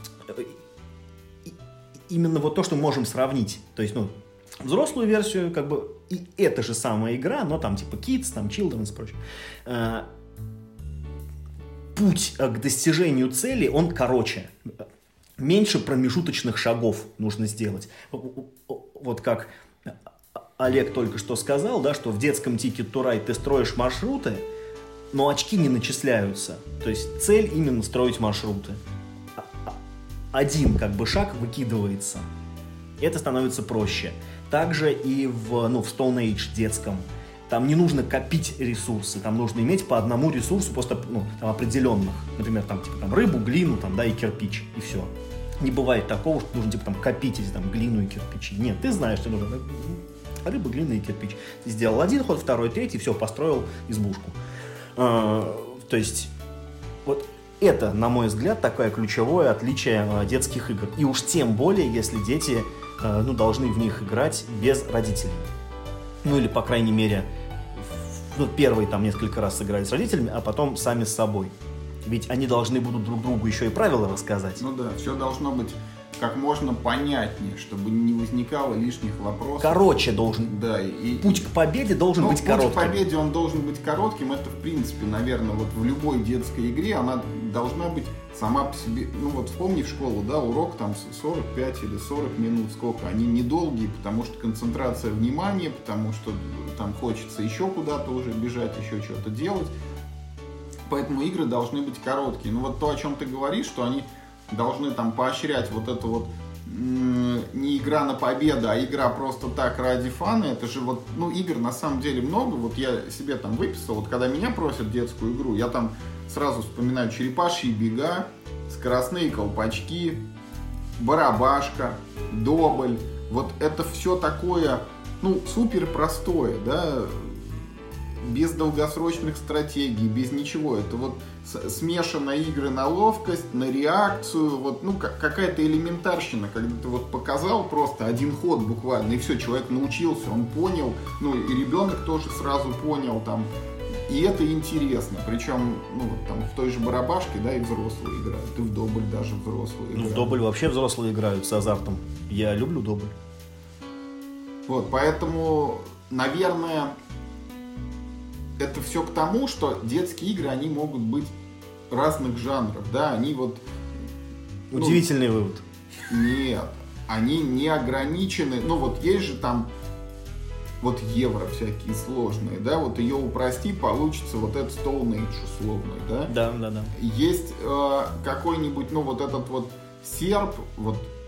[SPEAKER 3] именно вот то, что мы можем сравнить. То есть, ну, взрослую версию, как бы, и эта же самая игра, но там типа Kids, там Children и прочее. Путь к достижению цели, он короче. Меньше промежуточных шагов нужно сделать. Вот как Олег только что сказал, да, что в детском Ticket to Ride ты строишь маршруты, но очки не начисляются. То есть цель именно строить маршруты. Один как бы шаг выкидывается. Это становится проще. Также и в, ну, в Stone Age детском. Там не нужно копить ресурсы, там нужно иметь по одному ресурсу просто ну, там, определенных. Например, там, типа, там, рыбу, глину там, да, и кирпич, и все. Не бывает такого, что нужно типа, там, копить эти там, глину и кирпичи. Нет, ты знаешь, что нужно рыба, глина и кирпич. Ты сделал один ход, второй, третий, все, построил избушку. А, то есть, вот это, на мой взгляд, такое ключевое отличие а, детских игр. И уж тем более, если дети а, ну, должны в них играть без родителей. Ну или, по крайней мере, ну, первые там несколько раз сыграли с родителями, а потом сами с собой. Ведь они должны будут друг другу еще и правила рассказать.
[SPEAKER 1] Ну да, все должно быть как можно понятнее, чтобы не возникало лишних вопросов.
[SPEAKER 3] Короче должен.
[SPEAKER 1] Да, и
[SPEAKER 3] путь к победе должен
[SPEAKER 1] ну,
[SPEAKER 3] быть коротким.
[SPEAKER 1] Путь к победе он должен быть коротким. Это, в принципе, наверное, вот в любой детской игре она должна быть сама по себе. Ну вот вспомни в школу, да, урок там сорок пять или сорок минут, сколько. Они недолгие, потому что концентрация внимания, потому что там хочется еще куда-то уже бежать, еще что-то делать. Поэтому игры должны быть короткие. Ну вот то, о чем ты говоришь, что они должны там поощрять вот это вот м- не игра на победу, а игра просто так ради фана. Это же вот, ну, игр на самом деле много. Вот я себе там выписал, вот когда меня просят детскую игру, я там сразу вспоминаю черепашьи бега, скоростные колпачки, барабашка, добль. Вот это все такое, ну, супер простое, да, без долгосрочных стратегий, без ничего. Это вот смешано игры на ловкость, на реакцию, вот, ну, какая-то элементарщина, когда ты вот показал просто один ход буквально, и все, человек научился, он понял, ну, и ребенок тоже сразу понял, там, и это интересно. Причем, ну, вот там в той же барабашке, да, и взрослые играют, и в добль даже взрослые играют.
[SPEAKER 3] Ну, в добль вообще взрослые играют с азартом. Я люблю добль.
[SPEAKER 1] Вот, поэтому, наверное, это все к тому, что детские игры, они могут быть разных жанров, да, они вот...
[SPEAKER 3] Удивительный ну, вывод.
[SPEAKER 1] Нет, они не ограничены, ну вот есть же там вот евро всякие сложные, да, вот ее упрости, получится вот этот Stone Age условный, да?
[SPEAKER 3] Да, да, да.
[SPEAKER 1] Есть э, какой-нибудь, ну вот этот вот серп, вот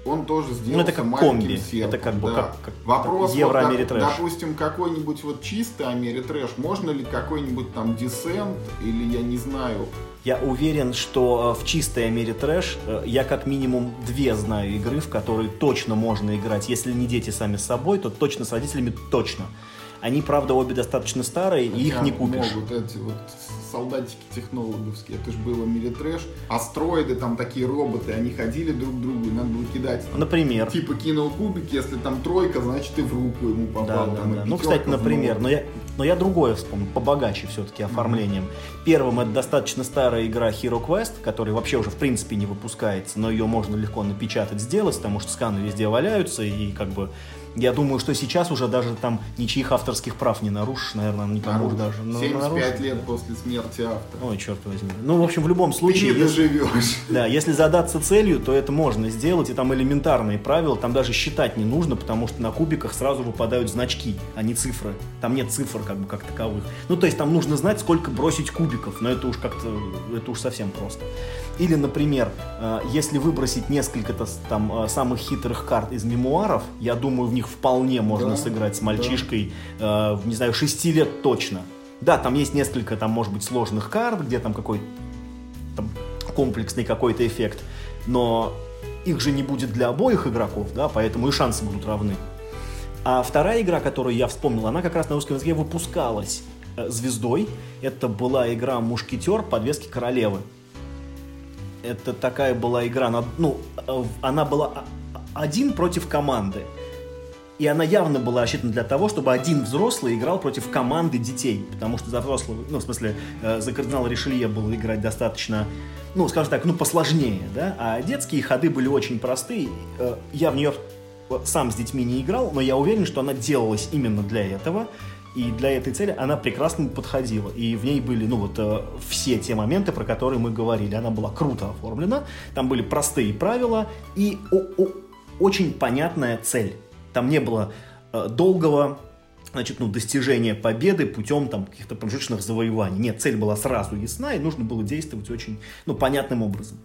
[SPEAKER 1] он тоже сделался
[SPEAKER 3] ну, это как
[SPEAKER 1] маленьким
[SPEAKER 3] комби.
[SPEAKER 1] серпом.
[SPEAKER 3] Это как бы
[SPEAKER 1] да.
[SPEAKER 3] как, как
[SPEAKER 1] Вопрос,
[SPEAKER 3] евро
[SPEAKER 1] вот,
[SPEAKER 3] Америтрэш.
[SPEAKER 1] допустим, какой-нибудь вот чистый Америтрэш, можно ли какой-нибудь там Descent или я не знаю...
[SPEAKER 3] Я уверен, что в чистой Америтрэш я как минимум две знаю игры, в которые точно можно играть. Если не дети сами с собой, то точно с родителями точно. Они, правда, обе достаточно старые, и их не купишь.
[SPEAKER 1] Могут эти вот солдатики технологовские, это же было Америтрэш. Астероиды, там такие роботы, они ходили друг к другу, и надо было кидать. Там,
[SPEAKER 3] например.
[SPEAKER 1] Типа кинул кубик, если там тройка, значит и в руку ему попал.
[SPEAKER 3] Да,
[SPEAKER 1] там,
[SPEAKER 3] да, да. Ну, кстати, например, но я, но я другое вспомнил, побогаче все-таки оформлением. Mm-hmm. Первым это достаточно старая игра Hero Quest, которая вообще уже в принципе не выпускается, но ее можно легко напечатать, сделать, потому что сканы везде валяются, и как бы я думаю, что сейчас уже даже там ничьих авторских прав не нарушишь, наверное, никому уже даже.
[SPEAKER 1] семьдесят пять лет после смерти автора.
[SPEAKER 3] Ой, черт возьми. Ну, в общем, в любом случае...
[SPEAKER 1] Ты не доживешь.
[SPEAKER 3] Если, да, если задаться целью, то это можно сделать, и там элементарные правила, там даже считать не нужно, потому что на кубиках сразу выпадают значки, а не цифры. Там нет цифр как бы как таковых. Ну, то есть там нужно знать, сколько бросить кубиков, но это уж как-то, это уж совсем просто. Или, например, если выбросить несколько там самых хитрых карт из мемуаров, я думаю, в них вполне можно да, сыграть с мальчишкой, да. э, не знаю, шести лет точно. Да, там есть несколько, там, может быть, сложных карт, где там какой-то там, комплексный какой-то эффект, но их же не будет для обоих игроков, да, поэтому и шансы будут равны. А вторая игра, которую я вспомнил, она как раз на русском языке выпускалась э, звездой. Это была игра «Мушкетер. Подвески королевы». Это такая была игра, ну, она была один против команды. И она явно была рассчитана для того, чтобы один взрослый играл против команды детей. Потому что за взрослого, ну, в смысле, за кардинала Ришелье было играть достаточно, ну, скажем так, ну, посложнее, да. А детские ходы были очень простые. Я в нее сам с детьми не играл, но я уверен, что она делалась именно для этого. И для этой цели она прекрасно подходила. И в ней были, ну, вот, э, все те моменты, про которые мы говорили. Она была круто оформлена. Там были простые правила и о- о- очень понятная цель. Там не было э, долгого, значит, ну, достижения победы путем там каких-то промежуточных завоеваний. Нет, цель была сразу ясна, и нужно было действовать очень, ну, понятным образом.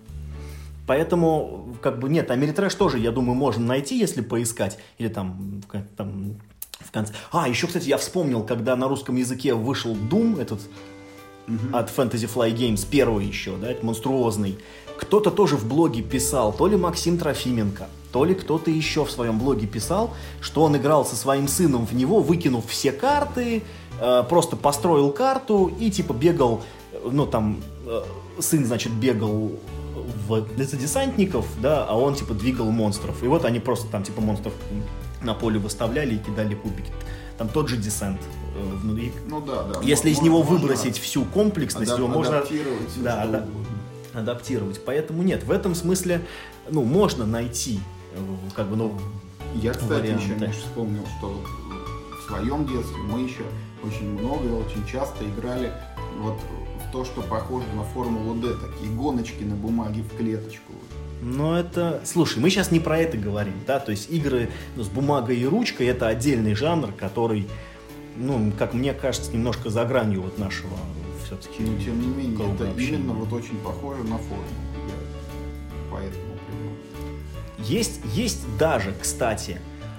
[SPEAKER 3] Поэтому, как бы, нет, Америтрэш тоже, я думаю, можно найти, если поискать. Или там, там в конце... А, еще, кстати, я вспомнил, когда на русском языке вышел Doom, этот mm-hmm. от Fantasy Flight Games, первый еще, да, это монструозный. Кто-то тоже в блоге писал, то ли Максим Трофименко, то ли кто-то еще в своем блоге писал, что он играл со своим сыном в него, выкинув все карты, э, просто построил карту и типа бегал, ну там, э, сын, значит, бегал в лице десантников, да, а он типа двигал монстров. И вот они просто там типа монстров на поле выставляли и кидали кубики. Там тот же десант. Э, внутри.
[SPEAKER 1] Ну да, да.
[SPEAKER 3] Если
[SPEAKER 1] можно,
[SPEAKER 3] из него
[SPEAKER 1] можно
[SPEAKER 3] выбросить всю комплексность,
[SPEAKER 1] адап-
[SPEAKER 3] его можно
[SPEAKER 1] адаптировать.
[SPEAKER 3] да, да, адаптировать. Поэтому нет, в этом смысле, ну, можно найти, как бы, ну,
[SPEAKER 1] я, кстати,
[SPEAKER 3] варианты.
[SPEAKER 1] еще, Миш, вспомнил, что в своем детстве мы еще очень много и очень часто играли вот в то, что похоже на Формулу Д, такие гоночки на бумаге в клеточку.
[SPEAKER 3] Но это... Слушай, мы сейчас не про это говорим, да, то есть игры, ну, с бумагой и ручкой — это отдельный жанр, который, ну, как мне кажется, немножко за гранью вот нашего все-таки...
[SPEAKER 1] Но, тем не менее, это
[SPEAKER 3] общения.
[SPEAKER 1] именно вот очень похоже на Формулу. Я поэтому привел.
[SPEAKER 3] Есть, есть даже, кстати,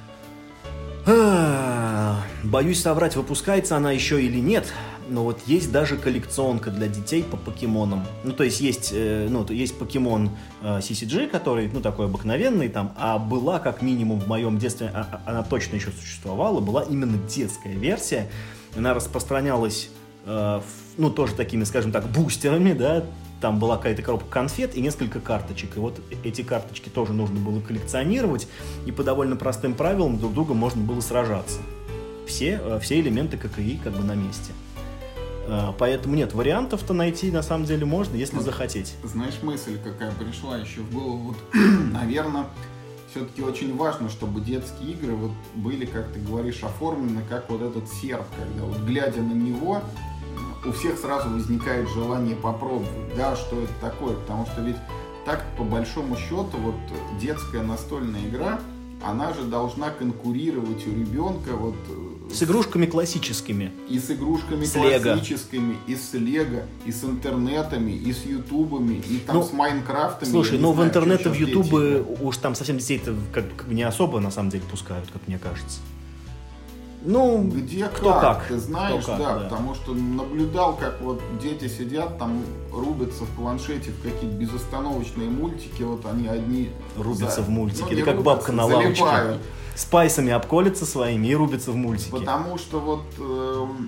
[SPEAKER 3] боюсь соврать, выпускается она еще или нет, но вот есть даже коллекционка для детей по покемонам. Ну, то есть есть, э, ну, есть покемон э, си си джи, который, ну, такой обыкновенный там, а была, как минимум, в моем детстве, а, она точно еще существовала, была именно детская версия. Она распространялась, э, в, ну, тоже такими, скажем так, бустерами, да. Там была какая-то коробка конфет и несколько карточек. И вот эти карточки тоже нужно было коллекционировать, и по довольно простым правилам друг с другом можно было сражаться. Все, все элементы ка ка и как бы на месте. Поэтому нет, вариантов-то найти на самом деле можно, если вот, захотеть.
[SPEAKER 1] Знаешь, мысль какая пришла еще в голову? Вот, наверное, все-таки очень важно, чтобы детские игры вот были, как ты говоришь, оформлены как вот этот серп, когда вот глядя на него, у всех сразу возникает желание попробовать, да, что это такое, потому что ведь так, по большому счету, вот детская настольная игра, она же должна конкурировать у ребенка вот
[SPEAKER 3] С игрушками классическими.
[SPEAKER 1] И с игрушками
[SPEAKER 3] с
[SPEAKER 1] классическими, и с Лего, и с интернетами, и с ютубами, и там
[SPEAKER 3] ну,
[SPEAKER 1] с Майнкрафтами.
[SPEAKER 3] Слушай, ну в интернет и в ютубы
[SPEAKER 1] дети,
[SPEAKER 3] уж там совсем детей-то как, как не особо на самом деле пускают, как мне кажется. Ну,
[SPEAKER 1] где
[SPEAKER 3] кто
[SPEAKER 1] как,
[SPEAKER 3] как,
[SPEAKER 1] ты знаешь,
[SPEAKER 3] кто как,
[SPEAKER 1] да,
[SPEAKER 3] да,
[SPEAKER 1] потому что наблюдал, как вот дети сидят, там рубятся в планшете в какие-то безостановочные мультики, вот они одни...
[SPEAKER 3] Рубятся
[SPEAKER 1] за...
[SPEAKER 3] в мультике,
[SPEAKER 1] ну,
[SPEAKER 3] или как
[SPEAKER 1] рубятся,
[SPEAKER 3] бабка на лавочке.
[SPEAKER 1] Залипают.
[SPEAKER 3] С пайсами обколется своими и рубится в мультике.
[SPEAKER 1] Потому что вот... Эм,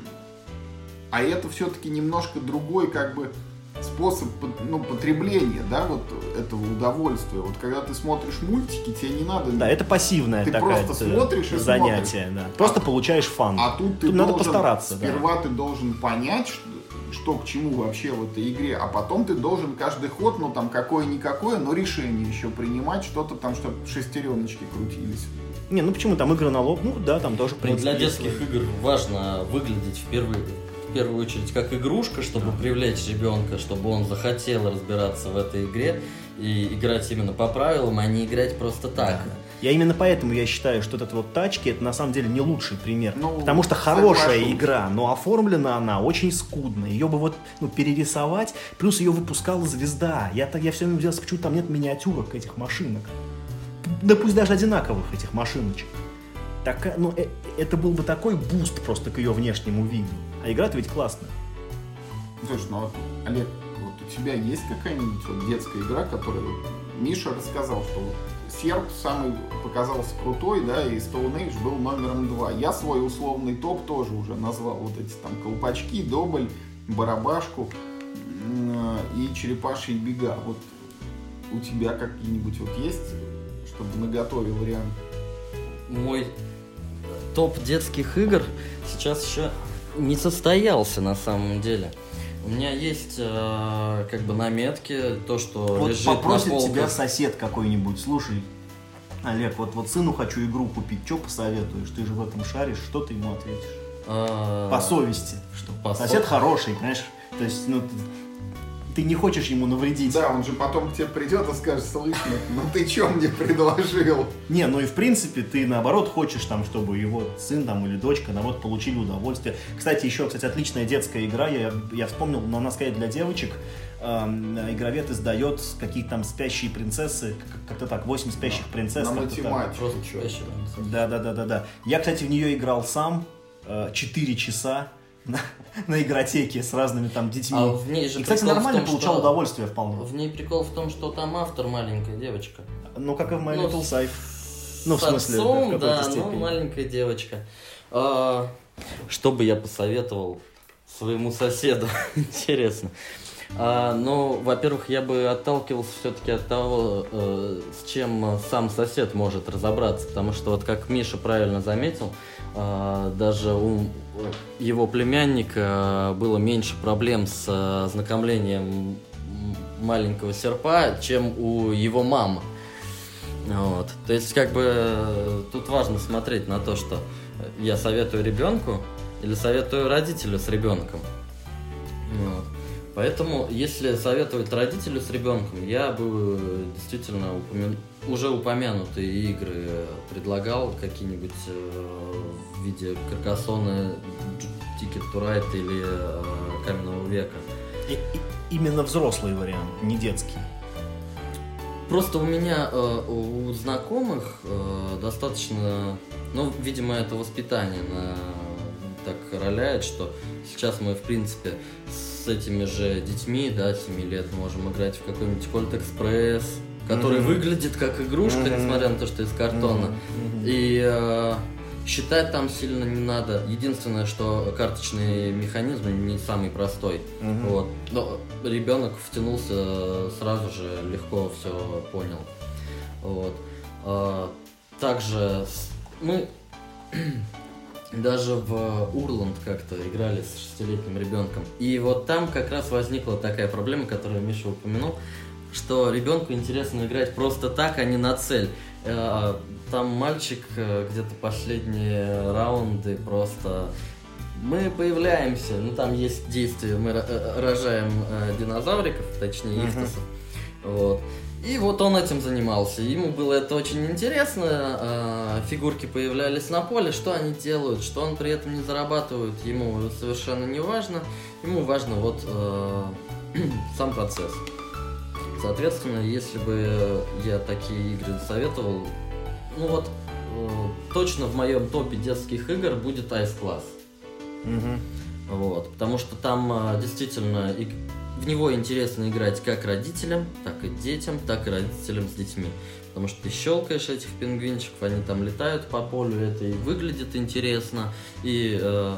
[SPEAKER 1] а это все-таки немножко другой, как бы, способ, ну, потребления, да, вот этого удовольствия. Вот когда ты смотришь мультики, тебе не надо...
[SPEAKER 3] Да, это пассивное
[SPEAKER 1] ты
[SPEAKER 3] такое
[SPEAKER 1] просто смотришь и
[SPEAKER 3] занятие,
[SPEAKER 1] смотришь.
[SPEAKER 3] да. Просто
[SPEAKER 1] а,
[SPEAKER 3] получаешь фан.
[SPEAKER 1] А тут ты
[SPEAKER 3] тут
[SPEAKER 1] должен,
[SPEAKER 3] надо постараться,
[SPEAKER 1] сперва
[SPEAKER 3] да.
[SPEAKER 1] ты должен понять, что, что к чему вообще в этой игре, а потом ты должен каждый ход, ну там какое-никакое, но решение еще принимать, что-то там, чтобы шестереночки крутились.
[SPEAKER 3] Не, ну почему там игры на лоб? Ну да, там тоже, в принципе,
[SPEAKER 2] для детских игр важно выглядеть в первую, в первую очередь как игрушка, чтобы привлечь ребенка, чтобы он захотел разбираться в этой игре и играть именно по правилам, а не играть просто так.
[SPEAKER 3] Да. Я именно поэтому я считаю, что этот вот тачки это на самом деле не лучший пример.
[SPEAKER 1] Ну,
[SPEAKER 3] потому что хорошая
[SPEAKER 1] соглашусь.
[SPEAKER 3] игра, но оформлена она очень скудно. Ее бы вот ну, перерисовать, плюс ее выпускала звезда. Я, я все время удивился, почему там нет миниатюрок этих машинок. Да пусть даже одинаковых этих машиночек. Так, ну, э, это был бы такой буст просто к ее внешнему виду. А игра-то ведь классная.
[SPEAKER 1] Слушай, ну вот, Олег, вот у тебя есть какая-нибудь вот детская игра, которая вот, Миша рассказал, что вот Серп самый показался крутой, да, и Stone Age был номером два. Я свой условный топ тоже уже назвал. Вот эти там колпачки, Добль, Барабашку э, и Черепашьи бега. Вот у тебя какие-нибудь вот есть, чтобы наготове вариант?
[SPEAKER 2] Мой топ детских игр сейчас еще не состоялся на самом деле. У меня есть э, как бы наметки, то, что
[SPEAKER 3] вот
[SPEAKER 2] лежит
[SPEAKER 3] попросит
[SPEAKER 2] на полках.
[SPEAKER 3] тебя сосед какой-нибудь, слушай, Олег, вот, вот сыну хочу игру купить, что посоветуешь? Ты же в этом шаришь, что ты ему ответишь?
[SPEAKER 2] А...
[SPEAKER 3] По совести. Что?
[SPEAKER 2] По
[SPEAKER 3] Сосед
[SPEAKER 2] со...
[SPEAKER 3] хороший, понимаешь? То есть, ну, ты, ты не хочешь ему навредить.
[SPEAKER 1] Да, он же потом к тебе придет и скажет: слышь, ну ты что мне предложил?
[SPEAKER 3] Не, ну и в принципе ты наоборот хочешь, там, чтобы его сын там, или дочка наоборот получили удовольствие. Кстати, еще, кстати, отличная детская игра, я, я вспомнил, но она скорее для девочек. Эм, игровед издает какие-то там спящие принцессы, как-то так, восемь спящих
[SPEAKER 1] Да,
[SPEAKER 3] принцесс.
[SPEAKER 1] на
[SPEAKER 3] математику.
[SPEAKER 2] Просто спящие.
[SPEAKER 3] Да, да, да, да, да. Я, кстати, в нее играл сам четыре часа на, на игротеке с разными там детьми.
[SPEAKER 2] А в ней же
[SPEAKER 3] и, кстати,
[SPEAKER 2] прикол
[SPEAKER 3] нормально
[SPEAKER 2] в том,
[SPEAKER 3] получал
[SPEAKER 2] что...
[SPEAKER 3] удовольствие вполне.
[SPEAKER 2] В ней прикол в том, что там автор маленькая девочка.
[SPEAKER 3] Ну, как и в My
[SPEAKER 2] Ну,
[SPEAKER 3] Little Safe. Ну, в
[SPEAKER 2] С
[SPEAKER 3] смысле,
[SPEAKER 2] отцом,
[SPEAKER 3] да, в
[SPEAKER 2] да,
[SPEAKER 3] какой-то
[SPEAKER 2] ну,
[SPEAKER 3] степени.
[SPEAKER 2] маленькая девочка. А, что бы я посоветовал своему соседу? Интересно. А, ну, во-первых, я бы отталкивался все-таки от того, э, с чем сам сосед может разобраться. Потому что, вот как Миша правильно заметил, э, даже у его племянника было меньше проблем с э, ознакомлением маленького серпа, чем у его мамы. Вот. То есть, как бы, тут важно смотреть на то, что я советую ребенку или советую родителю с ребенком. Вот. Поэтому, если советовать родителю с ребенком, я бы действительно упомя... уже упомянутые игры предлагал, какие-нибудь э, в виде Каркассона, Ticket to Ride или э, Каменного века.
[SPEAKER 3] И, и, именно взрослый вариант, не детский.
[SPEAKER 2] Просто у меня, э, у знакомых э, достаточно, ну, видимо, это воспитание на, так роляет, что сейчас мы, в принципе, с этими же детьми, да, семи лет, можем играть в какой-нибудь Colt Express, который mm-hmm. выглядит как игрушка, mm-hmm. несмотря на то, что из картона. Mm-hmm. И э, считать там сильно не надо. Единственное, что карточный механизм не самый простой. Mm-hmm. Вот. Но ребенок втянулся сразу же, легко все понял. Вот. А, также мы даже в Урланд как-то играли с шестилетним ребенком. И вот там как раз возникла такая проблема, которую Миша упомянул, что ребенку интересно играть просто так, а не на цель. Там мальчик где-то последние раунды просто... Мы появляемся, ну там есть действие, мы рожаем динозавриков, точнее ихтосов. Вот. И вот он этим занимался. Ему было это очень интересно. Фигурки появлялись на поле, что они делают, что он при этом не зарабатывает, ему совершенно не важно. Ему важно вот э, сам процесс. Соответственно, если бы я такие игры советовал, ну вот э, точно в моем топе детских игр будет Ice Class.
[SPEAKER 3] Угу.
[SPEAKER 2] Вот, потому что там э, действительно и в него интересно играть как родителям, так и детям, так и родителям с детьми. Потому что ты щелкаешь этих пингвинчиков, они там летают по полю, это и выглядит интересно, и, э,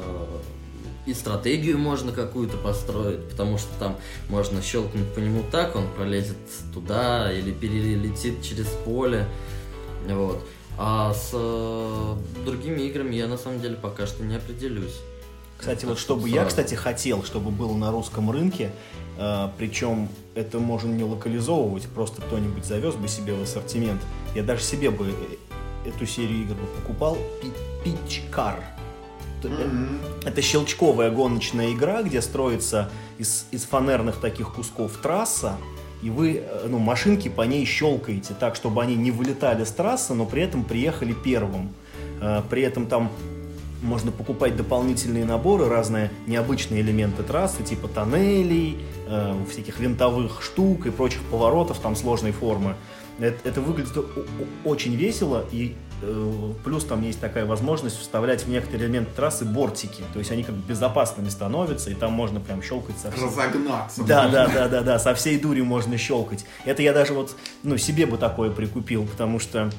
[SPEAKER 2] и стратегию можно какую-то построить, потому что там можно щелкнуть по нему так, он пролезет туда или перелетит через поле. Вот. А с э, другими играми я на самом деле пока что не определюсь.
[SPEAKER 3] Кстати, вот что бы я, кстати, хотел, чтобы было на русском рынке, э, причем это можно не локализовывать, просто кто-нибудь завез бы себе в ассортимент. Я даже себе бы эту серию игр бы покупал. Pitch Car. Mm-hmm. Это щелчковая гоночная игра, где строится из, из фанерных таких кусков трасса, и вы, ну, машинки по ней щелкаете так, чтобы они не вылетали с трассы, но при этом приехали первым. Э, при этом там можно покупать дополнительные наборы, разные необычные элементы трассы, типа тоннелей, э, всяких винтовых штук и прочих поворотов там сложной формы. Это, это выглядит очень весело, и э, плюс там есть такая возможность вставлять в некоторые элементы трассы бортики, то есть они как бы безопасными становятся, и там можно прям щелкать со всей...
[SPEAKER 1] Разогнаться.
[SPEAKER 3] Да, да, да, да, да, со всей дури можно щелкать. Это я даже вот, ну, себе бы такое прикупил, потому что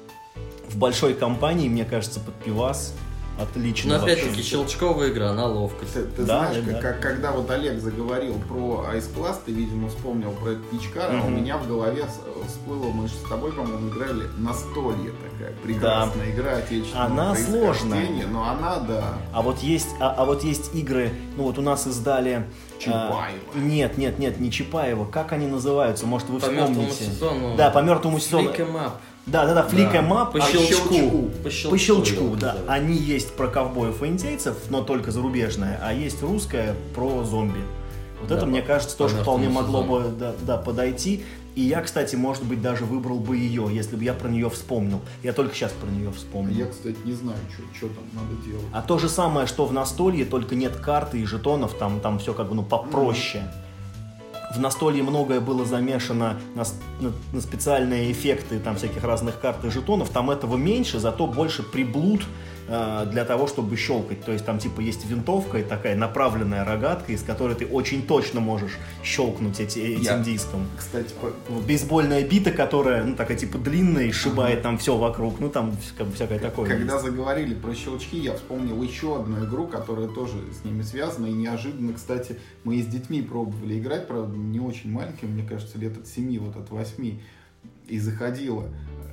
[SPEAKER 3] в большой компании, мне кажется, под пивас отлично.
[SPEAKER 2] Но опять-таки щелчковая игра на ловкость.
[SPEAKER 1] Ты, ты
[SPEAKER 3] да,
[SPEAKER 1] знаешь,
[SPEAKER 3] да.
[SPEAKER 1] Как, как, когда вот Олег заговорил про Ice Class, ты, видимо, вспомнил про этот Pitch Car,
[SPEAKER 3] Mm-hmm.
[SPEAKER 1] а у меня в голове всплыло, мы же с тобой, по-моему, играли «Настолье», такая прекрасная да. игра отечественного
[SPEAKER 3] она
[SPEAKER 1] происхождения,
[SPEAKER 3] сложная.
[SPEAKER 1] Но она, да.
[SPEAKER 3] А вот есть, а, а вот есть игры, ну вот у нас издали...
[SPEAKER 1] Чапаева.
[SPEAKER 3] А, нет, нет, нет, не Чапаева. Как они называются? Может, вы
[SPEAKER 2] по
[SPEAKER 3] вспомните?
[SPEAKER 2] Мертвому сезону.
[SPEAKER 3] Да, по мертвому сезону.
[SPEAKER 2] Flick 'em up.
[SPEAKER 3] Да, да, да, Flick 'em up.
[SPEAKER 2] По,
[SPEAKER 3] а
[SPEAKER 2] щелчку.
[SPEAKER 3] щелчку.
[SPEAKER 2] По щелчку.
[SPEAKER 3] По щелчку, да. да. Они есть про ковбоев и индейцев, но только зарубежная, а есть русская про зомби. Вот да, это, мне кажется, тоже вполне могло бы да, да, подойти. И я, кстати, может быть, даже выбрал бы ее, если бы я про нее вспомнил. Я только сейчас про нее вспомнил.
[SPEAKER 1] Я, кстати, не знаю, что там надо делать.
[SPEAKER 3] А то же самое, что в настолье, только нет карты и жетонов, там, там все как бы ну, попроще. Mm-hmm. В настолье многое было замешано на, на, на специальные эффекты там, всяких разных карт и жетонов. Там этого меньше, зато больше приблуд э, для того, чтобы щелкать. То есть там типа есть винтовка и такая направленная рогатка, из которой ты очень точно можешь щелкнуть эти, этим
[SPEAKER 1] Я,
[SPEAKER 3] диском.
[SPEAKER 1] Кстати, по...
[SPEAKER 3] бейсбольная бита, которая ну, такая типа длинная и сшибает ага. там все вокруг. Ну там как бы всякое такое.
[SPEAKER 1] Когда
[SPEAKER 3] есть.
[SPEAKER 1] заговорили про щелчки, я вспомнил еще одну игру, которая тоже с ними связана. И неожиданно, кстати, мы и с детьми пробовали играть, правда, не очень маленьким, мне кажется, лет от семи, вот от восьми, и заходила.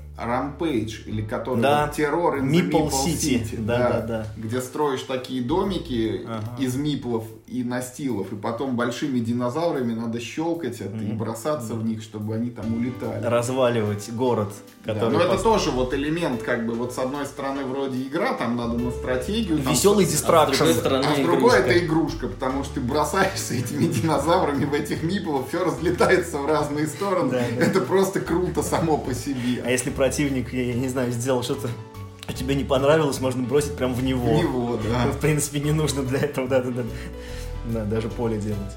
[SPEAKER 1] Rampage, или который
[SPEAKER 3] да.
[SPEAKER 1] вот, террор in
[SPEAKER 3] Meeple
[SPEAKER 1] Meeple
[SPEAKER 3] City,
[SPEAKER 1] City,
[SPEAKER 3] да,
[SPEAKER 1] да,
[SPEAKER 3] да, да.
[SPEAKER 1] где строишь такие домики ага. из миплов и настилов, и потом большими динозаврами надо щелкать это mm-hmm. и бросаться mm-hmm. в них, чтобы они там улетали.
[SPEAKER 3] Разваливать город.
[SPEAKER 1] Да, но это тоже вот элемент, как бы, вот с одной стороны вроде игра, там надо на стратегию.
[SPEAKER 3] Веселый дистракшн.
[SPEAKER 1] А с другой, а с другой это игрушка, потому что ты бросаешься этими динозаврами в этих миплов, все разлетается в разные стороны. Да, да. Это просто круто само по себе.
[SPEAKER 3] А если противник, я, я не знаю, сделал что-то, что тебе не понравилось, можно бросить прям в него.
[SPEAKER 1] В него, да.
[SPEAKER 3] В принципе, не нужно для этого, да, да, да. Да, даже поле делать.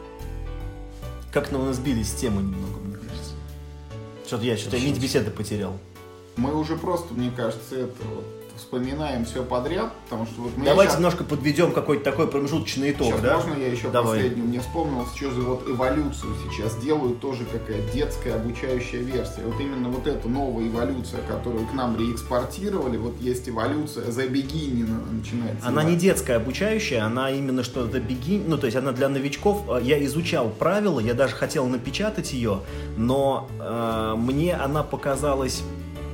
[SPEAKER 3] Как-то у нас сбились с темы немного, мне кажется. Что-то я, что-то я нить беседы потерял.
[SPEAKER 1] Мы уже просто, мне кажется, это вот вспоминаем все подряд, потому что вот мы
[SPEAKER 3] давайте
[SPEAKER 1] сейчас...
[SPEAKER 3] немножко подведем какой-то такой промежуточный итог,
[SPEAKER 1] сейчас
[SPEAKER 3] да?
[SPEAKER 1] Можно я еще
[SPEAKER 3] Давай.
[SPEAKER 1] последнюю мне вспомнил, что за вот эволюцию сейчас делают, тоже какая детская обучающая версия. Вот именно вот эта новая эволюция, которую к нам реэкспортировали, вот есть эволюция The Beginning начинается.
[SPEAKER 3] Она не детская обучающая, она именно что The Beginning, ну то есть она для новичков. Я изучал правила, я даже хотел напечатать ее, но э, мне она показалась,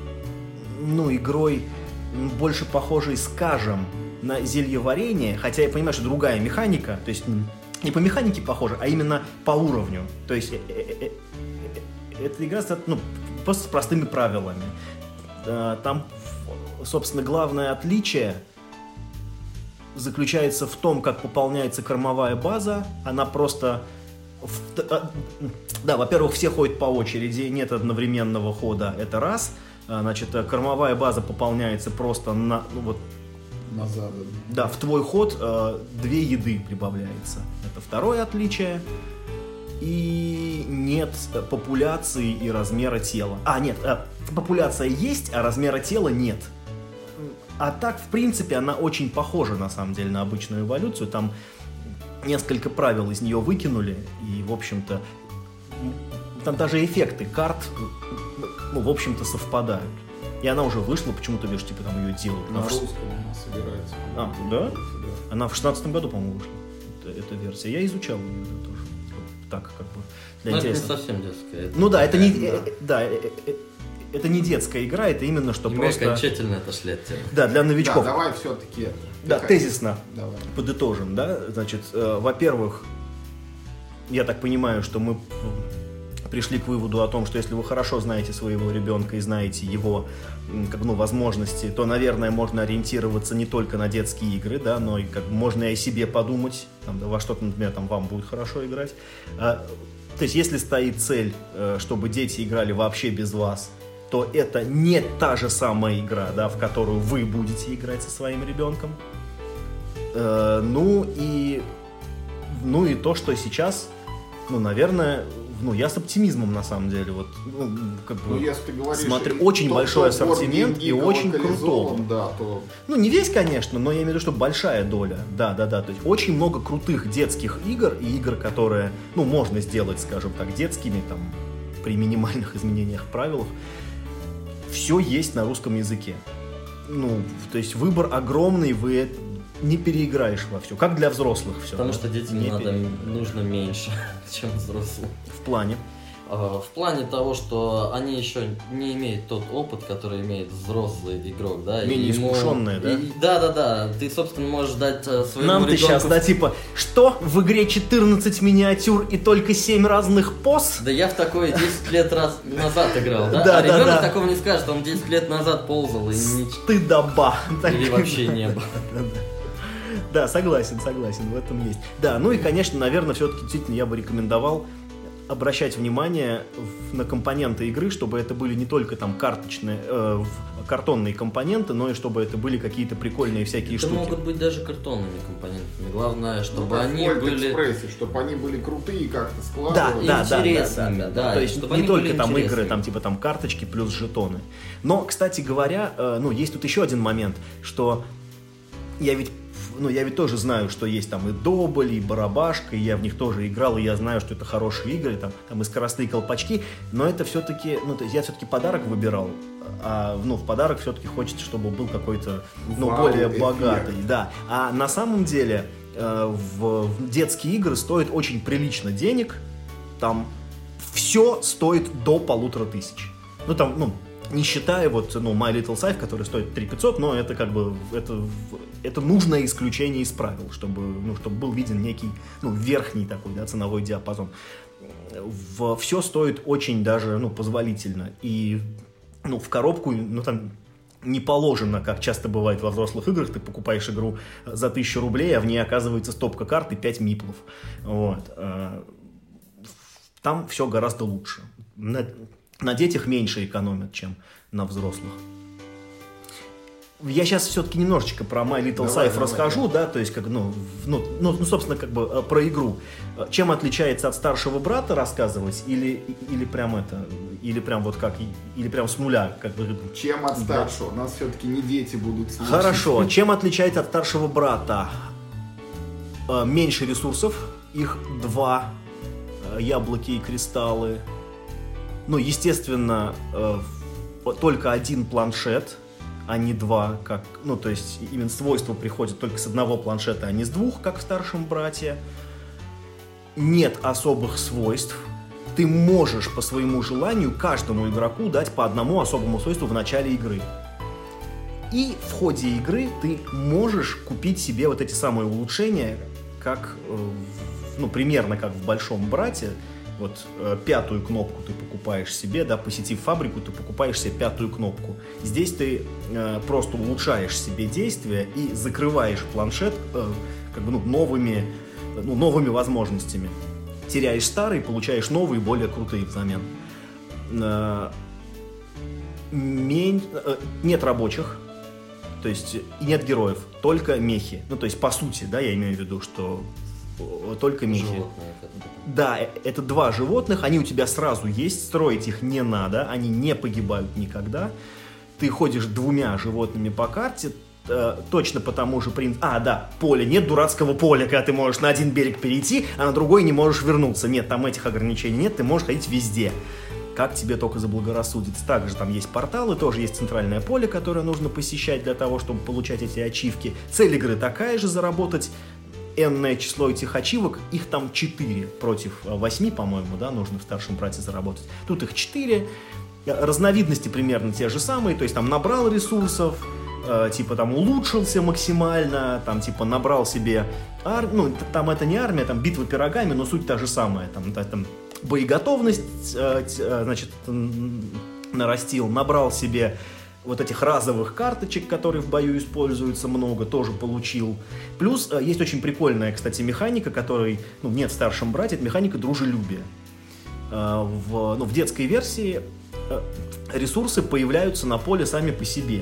[SPEAKER 3] ну, игрой больше похожей, скажем, на зельеварение, хотя я понимаю, что другая механика, то есть не по механике похожа, а именно по уровню. То есть э -э -э -э эта игра ну, просто с простыми правилами. Там, собственно, главное отличие заключается в том, как пополняется кормовая база. Она просто Да, во-первых, все ходят по очереди, нет одновременного хода, это раз. Значит, кормовая база пополняется просто на, ну, вот,
[SPEAKER 1] назад.
[SPEAKER 3] Да, в твой ход э, две еды прибавляется. Это второе отличие. И нет популяции и размера тела. А, нет, э, популяция есть, а размера тела нет. А так, в принципе, она очень похожа, на самом деле, на обычную эволюцию. Там несколько правил из нее выкинули, и, в общем-то, там даже эффекты карт, ну, в общем-то, совпадают. И она уже вышла, почему-то, видишь, типа там ее делают.
[SPEAKER 1] На
[SPEAKER 3] Она
[SPEAKER 1] русском у нас собирается.
[SPEAKER 3] А, да? Она в шестнадцатом году, по-моему, вышла, эта, эта версия. Я изучал ее тоже. Так, как бы, для
[SPEAKER 2] Но это не
[SPEAKER 3] интереса.
[SPEAKER 2] совсем детская. Это
[SPEAKER 3] Ну да, это не,
[SPEAKER 1] да.
[SPEAKER 3] э, да, э, э, это не детская игра, это именно что
[SPEAKER 2] Мы
[SPEAKER 3] просто...
[SPEAKER 2] окончательно отошли от темы.
[SPEAKER 3] Да, для
[SPEAKER 1] Да,
[SPEAKER 3] новичков.
[SPEAKER 1] давай все-таки это.
[SPEAKER 3] Да,
[SPEAKER 1] Ты
[SPEAKER 3] тезисно
[SPEAKER 1] Давай.
[SPEAKER 3] подытожим, да, значит, э, во-первых, я так понимаю, что мы пришли к выводу о том, что если вы хорошо знаете своего ребенка и знаете его, как, ну, возможности, то, наверное, можно ориентироваться не только на детские игры, да, но и как можно и о себе подумать, там, да, во что-то, например, там, вам будет хорошо играть. А, то есть, если стоит цель, чтобы дети играли вообще без вас, то это не та же самая игра, да, в которую вы будете играть со своим ребенком. Э, ну и, ну и то, что сейчас, ну, наверное, ну, я с оптимизмом, на самом деле, вот, ну, как бы,
[SPEAKER 1] Ну, если ты говоришь,
[SPEAKER 3] смотрю,
[SPEAKER 1] и
[SPEAKER 3] очень
[SPEAKER 1] то,
[SPEAKER 3] большой
[SPEAKER 1] что
[SPEAKER 3] ассортимент
[SPEAKER 1] Board Game
[SPEAKER 3] и
[SPEAKER 1] Geek
[SPEAKER 3] очень
[SPEAKER 1] локализован,
[SPEAKER 3] крутого.
[SPEAKER 1] Да, то...
[SPEAKER 3] Ну, не весь, конечно, но я имею в виду, что большая доля. Да, да, да. То есть очень много крутых детских игр и игр, которые, ну, можно сделать, скажем так, детскими, там, при минимальных изменениях в правилах. Все есть на русском языке. Ну, то есть выбор огромный, вы не переиграешь во все. Как для взрослых все.
[SPEAKER 2] Потому
[SPEAKER 3] да?
[SPEAKER 2] что детям
[SPEAKER 3] Не
[SPEAKER 2] надо,
[SPEAKER 3] пере-
[SPEAKER 2] нужно меньше, чем взрослым.
[SPEAKER 3] В плане.
[SPEAKER 2] А, В плане того, что они еще не имеют тот опыт, который имеет взрослый игрок, да? и
[SPEAKER 3] Менее
[SPEAKER 2] ему-
[SPEAKER 3] искушенные, да?
[SPEAKER 2] и- Да, да, да. Ты, собственно, можешь дать э, своему
[SPEAKER 3] Нам ты
[SPEAKER 2] ребенку...
[SPEAKER 3] сейчас, да, типа, что? В игре четырнадцать миниатюр и только семь разных поз?
[SPEAKER 2] Да я в такое десять лет раз назад играл, да?
[SPEAKER 3] Да,
[SPEAKER 2] а
[SPEAKER 3] да,
[SPEAKER 2] ребенок
[SPEAKER 3] да.
[SPEAKER 2] такого не скажет, он десять лет назад ползал и не...
[SPEAKER 3] Стыдоба.
[SPEAKER 2] Или вообще не было.
[SPEAKER 3] Да, согласен, согласен, в этом есть. Да, ну и, конечно, наверное, все-таки действительно я бы рекомендовал обращать внимание в- на компоненты игры, чтобы это были не только там карточные, э, в- картонные компоненты, но и чтобы это были какие-то прикольные всякие
[SPEAKER 2] Это
[SPEAKER 3] штуки.
[SPEAKER 2] могут быть даже картонными компонентами. Главное, чтобы
[SPEAKER 1] Ну, как
[SPEAKER 2] они
[SPEAKER 1] в Wild
[SPEAKER 2] были...
[SPEAKER 1] Express, чтобы они были крутые, как-то
[SPEAKER 3] Да,
[SPEAKER 1] складывались.
[SPEAKER 3] да, да,
[SPEAKER 2] интересными,
[SPEAKER 3] да, да,
[SPEAKER 2] да,
[SPEAKER 3] То
[SPEAKER 2] и
[SPEAKER 3] есть
[SPEAKER 2] чтобы
[SPEAKER 3] не
[SPEAKER 2] они
[SPEAKER 3] только
[SPEAKER 2] были
[SPEAKER 3] там игры,
[SPEAKER 2] интересными.
[SPEAKER 3] там типа там карточки плюс жетоны. Но, кстати говоря, э, ну есть тут еще один момент, что я ведь, ну я ведь тоже знаю, что есть там и Доболь, и Барабашка, и я в них тоже играл, и я знаю, что это хорошие игры, там, там и скоростные колпачки, но это все-таки, ну то есть я все-таки подарок выбирал, а ну в подарок все-таки хочется, чтобы был какой-то, ну
[SPEAKER 1] Вау,
[SPEAKER 3] более
[SPEAKER 1] эффект.
[SPEAKER 3] богатый, да. А на самом деле э, в, в детские игры стоят очень прилично денег, там все стоит до полутора тысяч. Ну там, ну, не считая вот, ну, My Little Scythe, который стоит три тысячи пятьсот, но это как бы, это, это нужное исключение из правил, чтобы, ну, чтобы был виден некий, ну, верхний такой, да, ценовой диапазон. В, все стоит очень даже, ну, позволительно. И, ну, в коробку, ну, там, не положено, как часто бывает во взрослых играх, ты покупаешь игру за тысячу рублей, а в ней оказывается стопка карт и пять миплов. Вот. Там все гораздо лучше. На, на детях меньше экономят, чем на взрослых. Я сейчас все-таки немножечко про My Little
[SPEAKER 1] Давай,
[SPEAKER 3] Scythe
[SPEAKER 1] давай,
[SPEAKER 3] расскажу, да, то есть, как, ну, ну, ну, ну, собственно, как бы э, про игру. Чем отличается от старшего брата рассказывать, или, или прям это, или прям вот как, или прям с нуля, как бы.
[SPEAKER 1] Чем от старшего? У нас все-таки не дети будут слушать.
[SPEAKER 3] Хорошо. Чем отличается от старшего брата? Э, Меньше ресурсов, их два, э, яблоки и кристаллы. Ну, естественно, э, в- только один планшет, а не два, как, ну, то есть именно свойства приходят только с одного планшета, а не с двух, как в старшем брате. Нет особых свойств. Ты можешь по своему желанию каждому игроку дать по одному особому свойству в начале игры. И в ходе игры ты можешь купить себе вот эти самые улучшения, как, э, в- ну, примерно как в большом брате. Вот э, пятую кнопку ты покупаешь себе, да, посетив фабрику, ты покупаешь себе пятую кнопку. Здесь ты э, просто улучшаешь себе действия и закрываешь планшет э, как бы, ну, новыми, ну, новыми возможностями. теряешь старые, получаешь новые, более крутые взамен. Нет рабочих, то есть и нет героев, только мехи. Ну, то есть, по сути, да, я имею в виду, что только мехи.
[SPEAKER 2] Животные.
[SPEAKER 3] Да, это два животных, они у тебя сразу есть, строить их не надо, они не погибают никогда. Ты ходишь двумя животными по карте, э, точно по тому же принципу. А, да, поле, нет дурацкого поля, когда ты можешь на один берег перейти, а на другой не можешь вернуться. Нет, там этих ограничений нет, ты можешь ходить везде, как тебе только заблагорассудится. Также там есть порталы, тоже есть центральное поле, которое нужно посещать для того, чтобы получать эти ачивки. Цель игры такая же, заработать энное число этих ачивок, их там четыре против восьми, по-моему, да, нужно в старшем брате заработать. Тут их четыре, разновидности примерно те же самые, то есть там набрал ресурсов, э, типа там улучшился максимально, там типа набрал себе, ар... ну там это не армия, там битва пирогами, но суть та же самая, там, там боеготовность, э, э, значит, нарастил, набрал себе вот этих разовых карточек, которые в бою используются много, тоже получил. Плюс э, есть очень прикольная, кстати, механика, которой, ну, нет в старшем брате, это механика дружелюбия. Э, в, ну, в детской версии э, ресурсы появляются на поле сами по себе.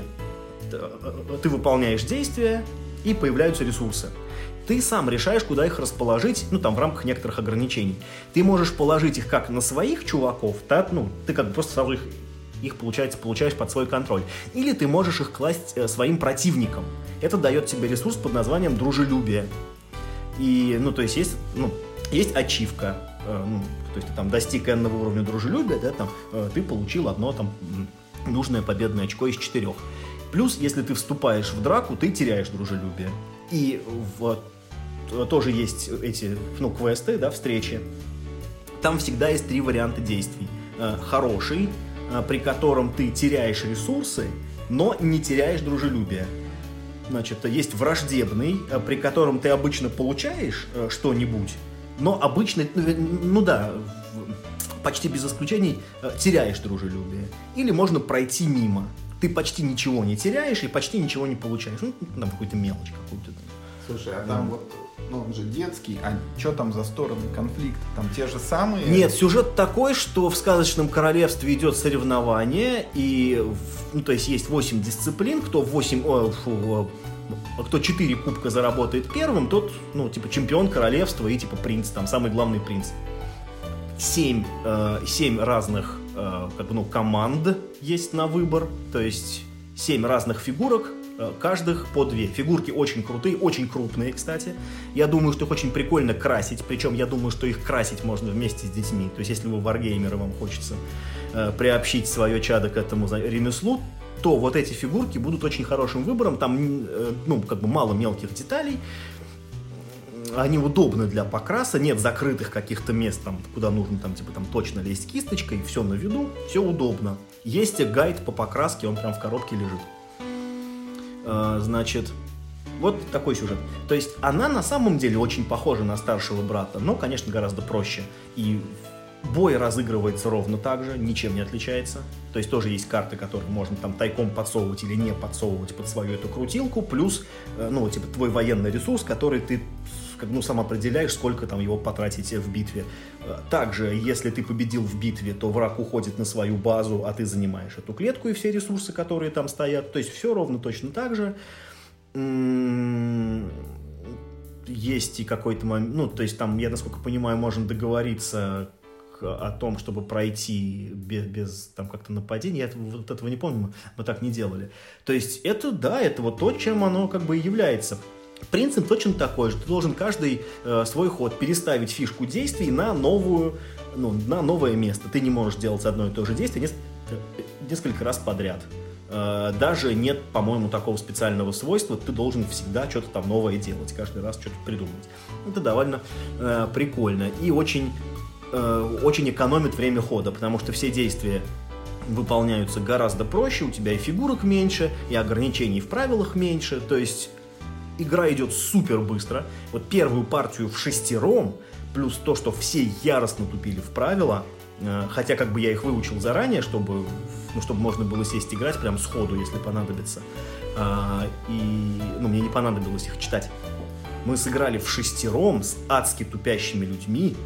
[SPEAKER 3] Ты выполняешь действия, и появляются ресурсы. Ты сам решаешь, куда их расположить, ну, там, в рамках некоторых ограничений. Ты можешь положить их как на своих чуваков, так, ну, ты как бы просто сразу их их, получается, получаешь под свой контроль. Или ты можешь их класть э, своим противникам. Это дает тебе ресурс под названием дружелюбие. И, ну, то есть, есть, ну, есть ачивка. Э, ну, то есть, ты там достиг энного уровня дружелюбия, да, там, э, ты получил одно там нужное победное очко из четырех. Плюс, если ты вступаешь в драку, ты теряешь дружелюбие. И вот тоже есть эти, ну, квесты, да, встречи. Там всегда есть три варианта действий. Э, хороший, при котором ты теряешь ресурсы, но не теряешь дружелюбие. Значит, есть враждебный, при котором ты обычно получаешь что-нибудь, но обычно, ну да, почти без исключений теряешь дружелюбие. Или можно пройти мимо. Ты почти ничего не теряешь и почти ничего не получаешь. Ну, там какую-то мелочь какую-то.
[SPEAKER 1] Слушай, а там вот, ну, он же детский, а что там за стороны конфликта? Там те же самые?
[SPEAKER 3] Нет, сюжет такой, что в «Сказочном королевстве» идет соревнование, и, ну, то есть есть восемь дисциплин, кто восемь, о, фу, кто четыре кубка заработает первым, тот, ну, типа, чемпион королевства и, типа, принц, там, самый главный принц. Семь, э, семь разных, э, как бы, ну, команд есть на выбор, то есть семь разных фигурок, каждых по две. Фигурки очень крутые, очень крупные, кстати. Я думаю, что их очень прикольно красить, причем я думаю, что их красить можно вместе с детьми. То есть, если вы варгеймеры, вам хочется э, приобщить свое чадо к этому ремеслу, то вот эти фигурки будут очень хорошим выбором. Там, э, ну, как бы мало мелких деталей. Они удобны для покраса, нет закрытых каких-то мест, там, куда нужно там, типа, там, точно лезть кисточкой, все на виду, все удобно. Есть гайд по покраске, он прям в коробке лежит. Значит, вот такой сюжет. То есть она на самом деле очень похожа на старшего брата, но, конечно, гораздо проще. И бой разыгрывается ровно так же, ничем не отличается. То есть тоже есть карты, которые можно там тайком подсовывать или не подсовывать под свою эту крутилку, плюс, ну, типа, твой военный ресурс, который ты, как, ну, сам определяешь, сколько там его потратить в битве. Также, если ты победил в битве, то враг уходит на свою базу, а ты занимаешь эту клетку и все ресурсы, которые там стоят. То есть все ровно точно так же. Есть и какой-то момент, ну, то есть там, я, насколько понимаю, можно договориться о том, чтобы пройти без, без там как-то нападения. Я вот этого не помню, мы, мы так не делали. То есть это, да, это вот то, чем оно как бы и является. Принцип точно такой же. Ты должен каждый э, свой ход переставить фишку действий на новую, ну, на новое место. Ты не можешь делать одно и то же действие несколько, несколько раз подряд. Э, даже нет, по-моему, такого специального свойства. Ты должен всегда что-то там новое делать, каждый раз что-то придумывать. Это довольно э, прикольно и очень, э, очень экономит время хода, потому что все действия выполняются гораздо проще, у тебя и фигурок меньше, и ограничений в правилах меньше, то есть игра идет супер быстро. Вот первую партию в шестером, плюс то, что все яростно тупили в правила, э, хотя как бы я их выучил заранее, чтобы, ну, чтобы можно было сесть играть прям сходу, если понадобится. Э, и ну, мне не понадобилось их читать. Мы сыграли в шестером с адски тупящими людьми.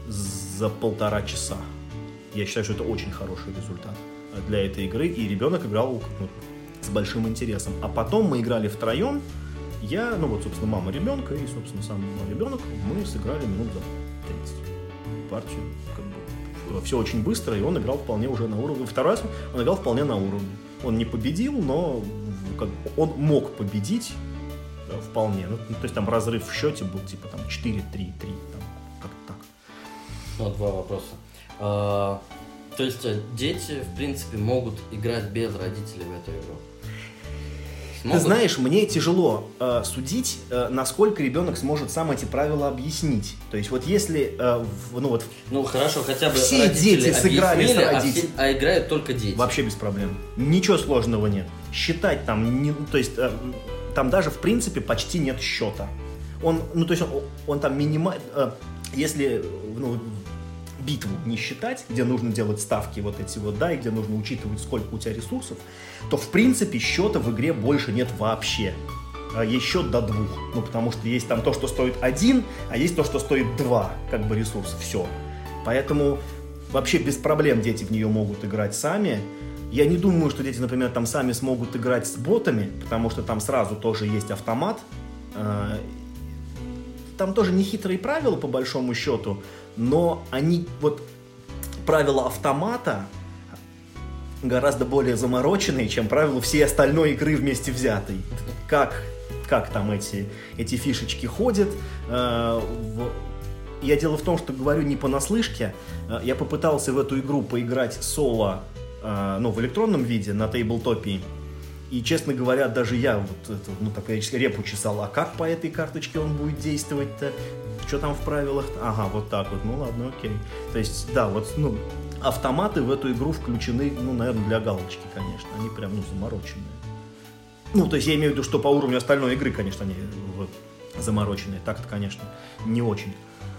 [SPEAKER 3] за полтора часа. Я считаю, что это очень хороший результат для этой игры, и ребенок играл ну, с большим интересом. А потом мы играли втроем, я, ну вот, собственно, мама ребенка и, собственно, сам ребенок, мы сыграли минут за тридцать партию. Как бы, все очень быстро, и он играл вполне уже на уровне. Второй раз он играл вполне на уровне. Он не победил, но как бы, он мог победить да, вполне. Ну, то есть там разрыв в счете был типа там четыре-три, три, там, как-то так.
[SPEAKER 2] Ну, два вопроса. А, то есть дети, в принципе, могут играть без родителей в эту игру?
[SPEAKER 3] Ты знаешь, мне тяжело э, судить, э, насколько ребенок сможет сам эти правила объяснить. То есть вот если, э, в, ну вот,
[SPEAKER 2] ну хорошо, хотя бы
[SPEAKER 3] все дети сыграли с родителями,
[SPEAKER 2] а, а играют только дети.
[SPEAKER 3] Вообще без проблем. Ничего сложного нет. Считать там, не, то есть э, там даже в принципе почти нет счета. Он, ну то есть он, он там минимально, э, если ну, битву не считать, где нужно делать ставки вот эти вот, да, и где нужно учитывать, сколько у тебя ресурсов, то, в принципе, счета в игре больше нет вообще. Есть счет до двух. Ну, потому что есть там то, что стоит один, а есть то, что стоит два, как бы, ресурсов. Все. Поэтому вообще без проблем дети в нее могут играть сами. Я не думаю, что дети, например, там сами смогут играть с ботами, потому что там сразу тоже есть автомат. Там тоже нехитрые правила, по большому счету, но они, вот, правила автомата гораздо более замороченные, чем правила всей остальной игры вместе взятой. Как, как там эти, эти фишечки ходят. Я дело в том, что говорю не понаслышке. Я попытался в эту игру поиграть соло, ну, в электронном виде, на тейблтопе. И, честно говоря, даже я вот это, ну, так, я репу чесал, а как по этой карточке он будет действовать-то? Что там в правилах? Ага, вот так вот, ну ладно, окей. То есть, да, вот, ну, автоматы в эту игру включены, ну, наверное, для галочки, конечно. Они прям, ну, замороченные. Ну, то есть, я имею в виду, что по уровню остальной игры, конечно, они вот, замороченные. Так-то, конечно, не очень.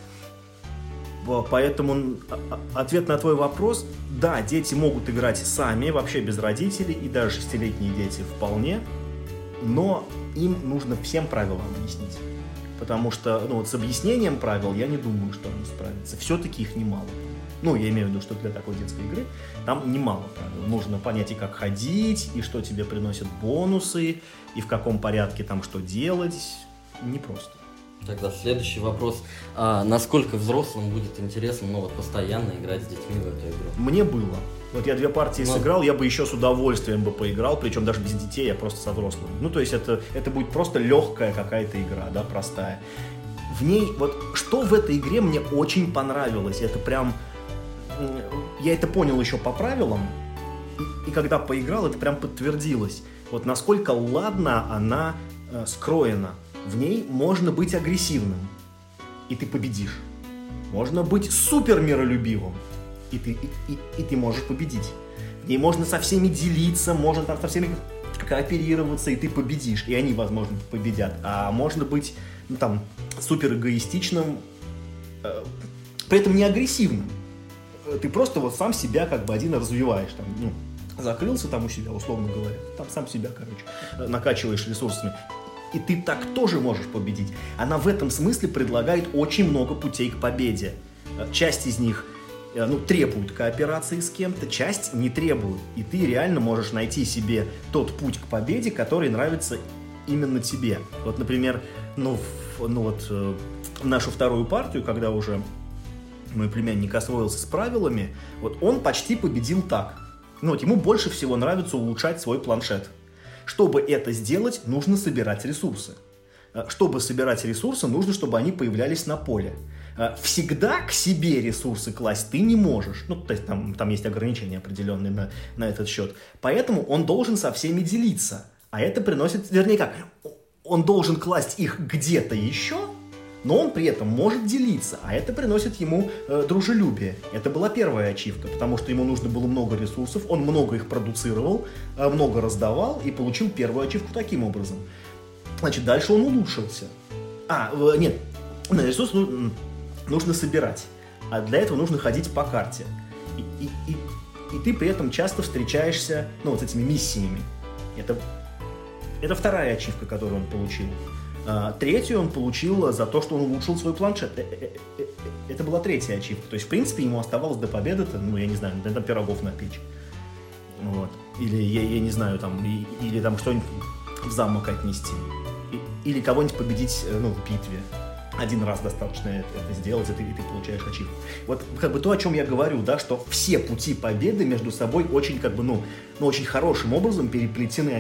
[SPEAKER 3] Поэтому ответ на твой вопрос, да, дети могут играть сами, вообще без родителей, и даже шестилетние дети вполне, но им нужно всем правила объяснить. Потому что, ну, вот с объяснением правил я не думаю, что они справятся. Все-таки их немало. Ну, я имею в виду, что для такой детской игры там немало правил. Нужно понять и как ходить, и что тебе приносят бонусы, и в каком порядке там что делать. Непросто.
[SPEAKER 2] Тогда следующий вопрос. А насколько взрослым будет интересно, ну, вот, постоянно играть с детьми в эту игру?
[SPEAKER 3] Мне было. Вот я две партии Но... сыграл, я бы еще с удовольствием бы поиграл, причем даже без детей, я просто со взрослыми. Ну, то есть это, это будет просто легкая какая-то игра, да, простая. В ней, вот, что в этой игре мне очень понравилось, это прям... Я это понял еще по правилам, и, и когда поиграл, это прям подтвердилось. Вот насколько ладно она э, скроена. В ней можно быть агрессивным, и ты победишь. Можно быть супер миролюбивым, и ты, и, и, и ты можешь победить. В ней можно со всеми делиться, можно там со всеми кооперироваться, и ты победишь. И они, возможно, победят. А можно быть, ну, там, супер эгоистичным, э, при этом не агрессивным. Ты просто вот сам себя как бы один развиваешь. Там, ну, закрылся там у себя, условно говоря. Там сам себя, короче, накачиваешь ресурсами. И ты так тоже можешь победить. Она в этом смысле предлагает очень много путей к победе. Часть из них, ну, требует кооперации с кем-то, часть не требует. И ты реально можешь найти себе тот путь к победе, который нравится именно тебе. Вот, например, ну, в, ну вот, в нашу вторую партию, когда уже мой племянник освоился с правилами, вот он почти победил так. Ну, вот ему больше всего нравится улучшать свой планшет. Чтобы это сделать, нужно собирать ресурсы. Чтобы собирать ресурсы, нужно, чтобы они появлялись на поле. Всегда к себе ресурсы класть ты не можешь. Ну, то есть там, там есть ограничения определенные на, на этот счет. Поэтому он должен со всеми делиться. А это приносит, вернее как, он должен класть их где-то еще, но он при этом может делиться, а это приносит ему э, дружелюбие. Это была первая ачивка, потому что ему нужно было много ресурсов, он много их продуцировал, э, много раздавал и получил первую ачивку таким образом. Значит, дальше он улучшился. А, э, нет, на ресурс ну, нужно собирать, а для этого нужно ходить по карте. И, и, и, и ты при этом часто встречаешься, ну, вот с этими миссиями. Это, это вторая ачивка, которую он получил. А, третью он получил за то, что он улучшил свой планшет. Это была третья ачивка. То есть, в принципе, ему оставалось до победы, ну, я не знаю, там пирогов напечь. Вот. Или, я, я не знаю, там, и, или там что-нибудь в замок отнести. И, или кого-нибудь победить, ну, в битве. Один раз достаточно это, это сделать, и ты, и ты получаешь ачивку. Вот как бы то, о чем я говорю, да, что все пути победы между собой очень, как бы, ну, ну очень хорошим образом переплетены.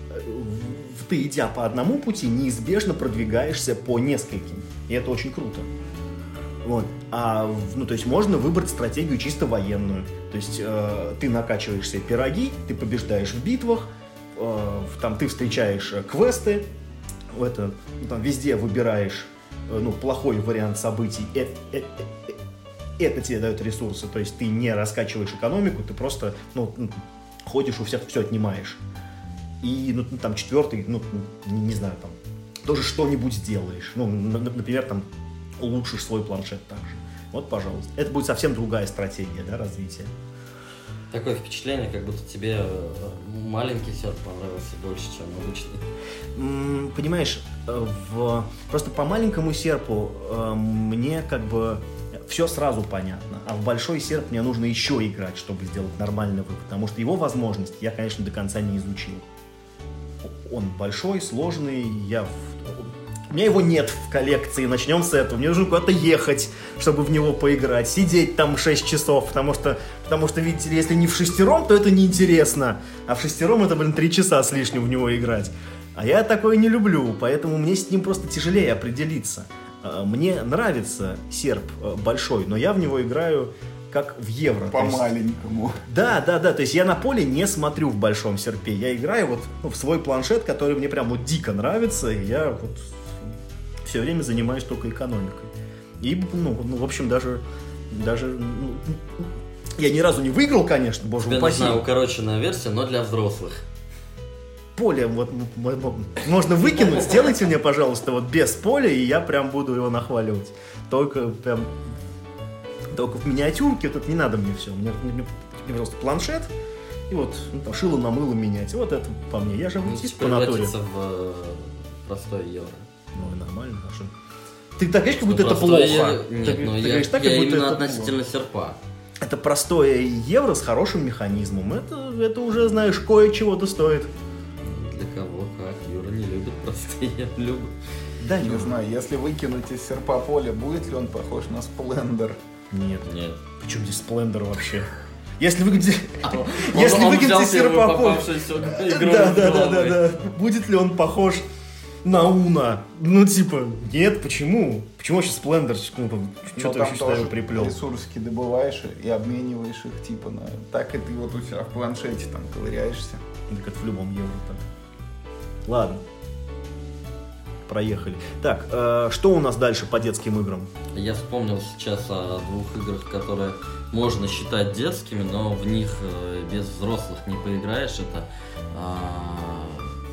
[SPEAKER 3] Ты, идя по одному пути, неизбежно продвигаешься по нескольким. И это очень круто. Вот. А, ну, то есть можно выбрать стратегию чисто военную. То есть э, ты накачиваешь себе пироги, ты побеждаешь в битвах, э, там ты встречаешь квесты, это, ну, там везде выбираешь ну, плохой вариант событий, это, это, это тебе дает ресурсы, то есть ты не раскачиваешь экономику, ты просто, ну, ходишь, у всех все отнимаешь. И, ну, там, четвертый, ну, не, не знаю, там, тоже что-нибудь сделаешь. Ну, например, там, улучшишь свой планшет также. Вот, пожалуйста. Это будет совсем другая стратегия, да, развития.
[SPEAKER 2] Такое впечатление, как будто тебе маленький серп понравился больше, чем обычный.
[SPEAKER 3] Понимаешь, в... просто по маленькому серпу э, мне как бы все сразу понятно, а в большой серп мне нужно еще играть, чтобы сделать нормальный вывод, потому что его возможности я, конечно, до конца не изучил. Он большой, сложный, я... В... У меня его нет в коллекции, начнем с этого. Мне нужно куда-то ехать, чтобы в него поиграть, сидеть там шесть часов, потому что, потому что, видите ли, если не в шестером, то это неинтересно, а в шестером это, блин, три часа с лишним в него играть. А я такое не люблю, поэтому мне с ним просто тяжелее определиться. Мне нравится серп большой, но я в него играю как в евро.
[SPEAKER 1] По-маленькому.
[SPEAKER 3] Да, да, да, то есть я на поле не смотрю в большом серпе, я играю вот, ну, в свой планшет, который мне прям вот дико нравится, и я вот все время занимаюсь только экономикой. И, ну, ну в общем, даже, даже ну, я ни разу не выиграл, конечно, боже
[SPEAKER 2] Тебе
[SPEAKER 3] упаси.
[SPEAKER 2] нужна укороченная версия, но для взрослых.
[SPEAKER 3] Поле вот, можно выкинуть, сделайте мне, пожалуйста, вот без поля, и я прям буду его нахваливать. Только прям, только в миниатюрке, тут не надо мне все. Мне, мне, мне просто планшет, и вот ну, там, шило на мыло менять. Вот это по мне. Я же аутист по натуре.
[SPEAKER 2] Превратиться в э, простой евро.
[SPEAKER 3] Ну и нормально, а что? Ты так говоришь, как будто
[SPEAKER 2] ну,
[SPEAKER 3] это плохо.
[SPEAKER 2] Е... Нет,
[SPEAKER 3] ты,
[SPEAKER 2] ну
[SPEAKER 3] ты
[SPEAKER 2] я,
[SPEAKER 3] говоришь, так,
[SPEAKER 2] я
[SPEAKER 3] как будто
[SPEAKER 2] именно
[SPEAKER 3] это
[SPEAKER 2] относительно
[SPEAKER 3] плохо.
[SPEAKER 2] серпа.
[SPEAKER 3] Это простое евро с хорошим механизмом. Это, это уже, знаешь, кое-чего-то стоит.
[SPEAKER 2] Для кого как? Юра не любит простые, я люблю.
[SPEAKER 3] Да,
[SPEAKER 1] Не
[SPEAKER 3] Юра.
[SPEAKER 1] знаю, если выкинуть из серпа поле, будет ли он похож на Сплендер?
[SPEAKER 3] Нет.
[SPEAKER 2] Нет.
[SPEAKER 3] Почему здесь Сплендер вообще? Если выкинуть...
[SPEAKER 2] Он,
[SPEAKER 3] Если
[SPEAKER 2] он
[SPEAKER 3] выкинуть
[SPEAKER 2] взял
[SPEAKER 3] из
[SPEAKER 2] первую
[SPEAKER 3] серпа поле...
[SPEAKER 2] попавшуюся игру
[SPEAKER 3] Да,
[SPEAKER 2] в
[SPEAKER 3] да, да,
[SPEAKER 2] голову.
[SPEAKER 3] да, да. Будет ли он похож на Уна? Ну, типа, нет, почему? Почему вообще Сплендер? Ну, что ты вообще сюда его приплел?
[SPEAKER 1] ресурски добываешь и обмениваешь их, типа, на... Так и ты вот у себя в планшете там ковыряешься.
[SPEAKER 3] Так это в любом евро так. Ладно. Проехали. Так, э, что у нас дальше по детским играм?
[SPEAKER 2] Я вспомнил сейчас о двух играх, которые можно считать детскими, но в них э, без взрослых не поиграешь. Это а,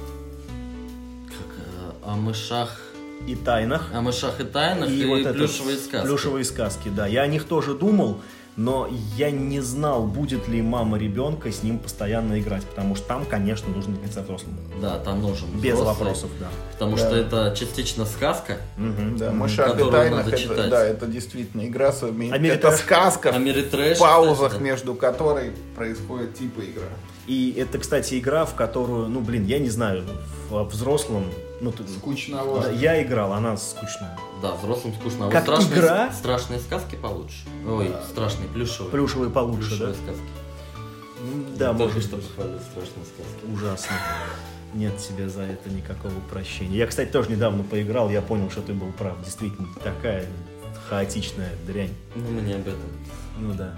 [SPEAKER 2] как, э, о мышах,
[SPEAKER 3] И тайнах.
[SPEAKER 2] о мышах и тайнах и,
[SPEAKER 3] И вот это
[SPEAKER 2] плюшевые сказки.
[SPEAKER 3] Плюшевые сказки, да. Я о них тоже думал, но я не знал, будет ли мама ребенка с ним постоянно играть, потому что там, конечно, нужно играть со взрослым.
[SPEAKER 2] Да, там нужен
[SPEAKER 3] Без
[SPEAKER 2] взрослый,
[SPEAKER 3] вопросов, да.
[SPEAKER 2] Потому
[SPEAKER 1] Да.
[SPEAKER 2] что это частично сказка.
[SPEAKER 3] Мгм.
[SPEAKER 1] Да,
[SPEAKER 3] Мгм.
[SPEAKER 1] мышах и
[SPEAKER 2] Которую
[SPEAKER 1] тайнах,
[SPEAKER 2] надо
[SPEAKER 1] это,
[SPEAKER 2] читать.
[SPEAKER 1] да, это действительно игра, с- это
[SPEAKER 3] Америтрэш.
[SPEAKER 1] сказка,
[SPEAKER 2] А Америтрэш,
[SPEAKER 1] в паузах
[SPEAKER 2] кстати, да.
[SPEAKER 1] между которой происходит типа игра.
[SPEAKER 3] И это, кстати, игра, в которую, ну, блин, я не знаю, в взрослом, ну, ты-
[SPEAKER 1] Скучновато.
[SPEAKER 3] да, я играл, она скучная.
[SPEAKER 2] Да, взрослым скучно. А вот
[SPEAKER 3] Как
[SPEAKER 2] страшные,
[SPEAKER 3] игра?
[SPEAKER 2] страшные сказки получше. Ой, страшные, плюшевые.
[SPEAKER 3] Плюшевые получше, да?
[SPEAKER 2] Плюшевые сказки.
[SPEAKER 3] М, Да,
[SPEAKER 2] Я
[SPEAKER 3] может
[SPEAKER 2] только что
[SPEAKER 3] быть.
[SPEAKER 2] похвалил страшные сказки.
[SPEAKER 3] Ужасно. Нет тебе за это никакого прощения. Я, кстати, тоже недавно поиграл, я понял, что ты был прав. Действительно, такая хаотичная дрянь.
[SPEAKER 2] Ну, мы не об этом.
[SPEAKER 3] Ну да.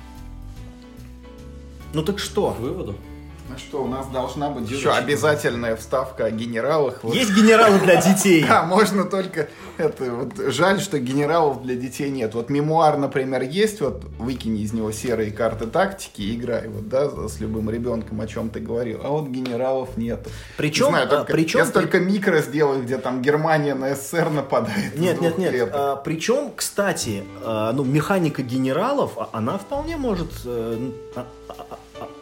[SPEAKER 3] Ну так что?
[SPEAKER 2] К выводу.
[SPEAKER 1] Ну что, у нас должна быть еще
[SPEAKER 2] Юрочка.
[SPEAKER 1] обязательная вставка о генералах. Вот.
[SPEAKER 3] Есть генералы для детей.
[SPEAKER 1] Да, можно только это. Вот, жаль, что генералов для детей нет. Вот мемуар, например, есть, вот выкини из него серые карты тактики и играй, вот, да, с любым ребенком, о чем ты говорил. А вот генералов нет.
[SPEAKER 3] Причем,
[SPEAKER 1] Не знаю,
[SPEAKER 3] а,
[SPEAKER 1] только,
[SPEAKER 3] причем-
[SPEAKER 1] я столько микро сделаю, где там Германия на СССР нападает. из
[SPEAKER 3] Нет, нет,
[SPEAKER 1] двух
[SPEAKER 3] нет.
[SPEAKER 1] клеток.
[SPEAKER 3] А, причем, кстати, а, ну, механика генералов, а- она вполне может... э, а- а- а-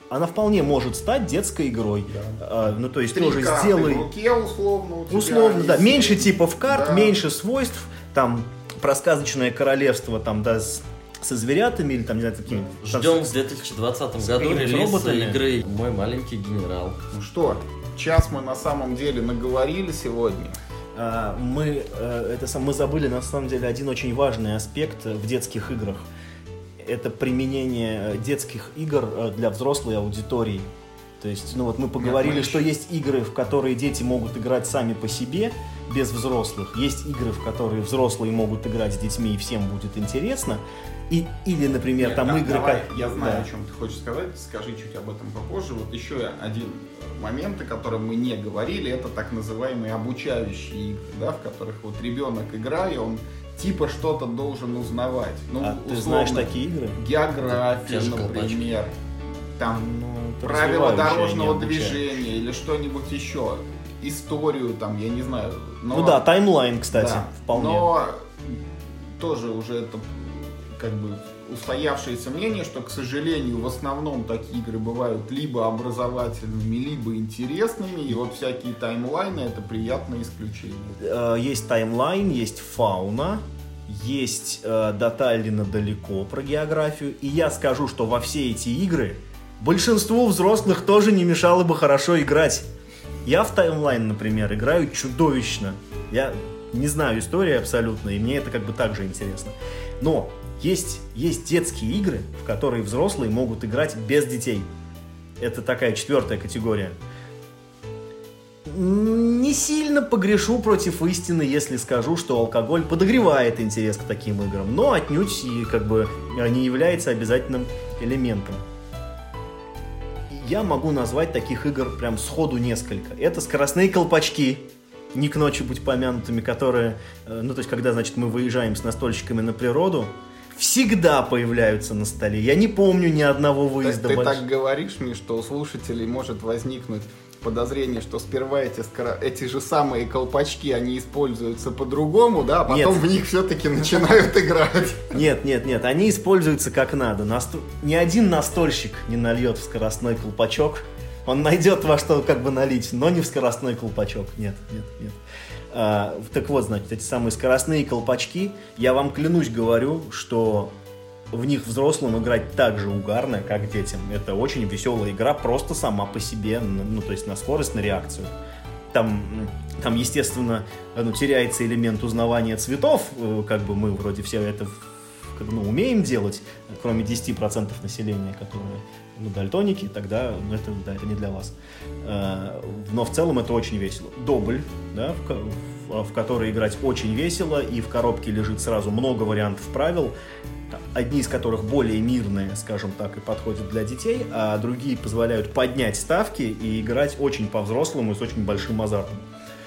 [SPEAKER 3] она вполне может стать детской игрой.
[SPEAKER 1] Да.
[SPEAKER 3] А, ну, то есть
[SPEAKER 1] Три
[SPEAKER 3] тоже
[SPEAKER 1] карты
[SPEAKER 3] сделай...
[SPEAKER 1] в руке, условно, у тебя
[SPEAKER 3] Условно, да.
[SPEAKER 1] есть.
[SPEAKER 3] Меньше типов карт,
[SPEAKER 1] Да.
[SPEAKER 3] меньше свойств. Там про сказочное королевство, там, да, с, со зверятами или там, не знаю, такими...
[SPEAKER 2] Ждем в две тысячи двадцатом году
[SPEAKER 3] какими-то
[SPEAKER 2] релиз
[SPEAKER 3] роботами.
[SPEAKER 2] игры «Мой маленький генерал».
[SPEAKER 1] Ну что, час мы на самом деле наговорили сегодня.
[SPEAKER 3] А, мы, э, это, сам- мы забыли, на самом деле, один очень важный аспект в детских играх. Это применение детских игр э, для взрослой аудитории. То есть, ну вот мы поговорили,
[SPEAKER 1] Нет, мы
[SPEAKER 3] что
[SPEAKER 1] еще-
[SPEAKER 3] есть игры, в которые дети могут играть сами по себе, без взрослых. Есть игры, в которые взрослые могут играть с детьми, и всем будет интересно. И, или, например,
[SPEAKER 1] Нет,
[SPEAKER 3] там
[SPEAKER 1] да,
[SPEAKER 3] игры...
[SPEAKER 1] давай,
[SPEAKER 3] как-
[SPEAKER 1] я знаю,
[SPEAKER 3] да.
[SPEAKER 1] о чем ты хочешь сказать, скажи чуть об этом попозже. Вот еще один момент, о котором мы не говорили, это так называемые обучающие игры, да, в которых вот ребенок, играя, он типа что-то должен узнавать. Ну,
[SPEAKER 3] А ты
[SPEAKER 1] условно,
[SPEAKER 3] знаешь такие игры?
[SPEAKER 1] географию,
[SPEAKER 2] Те же
[SPEAKER 1] например, там
[SPEAKER 3] Ну, это
[SPEAKER 1] правила
[SPEAKER 3] развивающие,
[SPEAKER 1] дорожного
[SPEAKER 3] не обучающие.
[SPEAKER 1] движения или что-нибудь еще, историю там, я не знаю. Но,
[SPEAKER 3] Ну да, таймлайн, кстати,
[SPEAKER 1] да,
[SPEAKER 3] вполне.
[SPEAKER 1] но тоже уже это как бы устоявшееся мнение, что, к сожалению, в основном такие игры бывают либо образовательными, либо интересными, и вот всякие таймлайны — это приятное исключение.
[SPEAKER 3] Э, Есть таймлайн, есть фауна, есть э, до Таллина далеко про географию. И я скажу, что во все эти игры большинству взрослых тоже не мешало бы хорошо играть. Я в таймлайн, например, играю чудовищно. Я не знаю истории абсолютно, и мне это как бы также интересно. Но есть, есть детские игры, в которые взрослые могут играть без детей. Это такая четвертая категория. Не сильно погрешу против истины, если скажу, что алкоголь подогревает интерес к таким играм, но отнюдь и как бы не является обязательным элементом. Я могу назвать таких игр прям сходу несколько. Это скоростные колпачки, не к ночи будь помянутыми, которые, э, ну то есть когда, значит, мы выезжаем с настольщиками на природу, всегда появляются на столе. Я не помню ни одного
[SPEAKER 1] Ты,
[SPEAKER 3] выезда.
[SPEAKER 1] ты
[SPEAKER 3] больш-
[SPEAKER 1] так говоришь мне, что у слушателей может возникнуть подозрение, что сперва эти, скоро... эти же самые колпачки, они используются по-другому, да, а потом
[SPEAKER 3] Нет.
[SPEAKER 1] в них все-таки начинают играть.
[SPEAKER 3] Нет, нет, нет, они используются как надо. Наст- Ни один настольщик не нальет в скоростной колпачок. Он найдет во что как бы налить, но не в скоростной колпачок. Нет, нет, нет. А, так вот, значит, эти самые скоростные колпачки, я вам клянусь говорю, что в них взрослым играть так же угарно, как детям. Это очень веселая игра, просто сама по себе, ну, то есть на скорость, на реакцию. Там, там естественно, ну, теряется элемент узнавания цветов, э, как бы мы вроде все это как бы, ну, умеем делать, кроме десяти процентов населения, которые ну, дальтоники, тогда ну, это, да, это не для вас. Э, но в целом это очень весело. Добль, да, в, ко- в, в которой играть очень весело, и в коробке лежит сразу много вариантов правил, одни из которых более мирные, скажем так, и подходят для детей, а другие позволяют поднять ставки и играть очень по-взрослому и с очень большим азартом.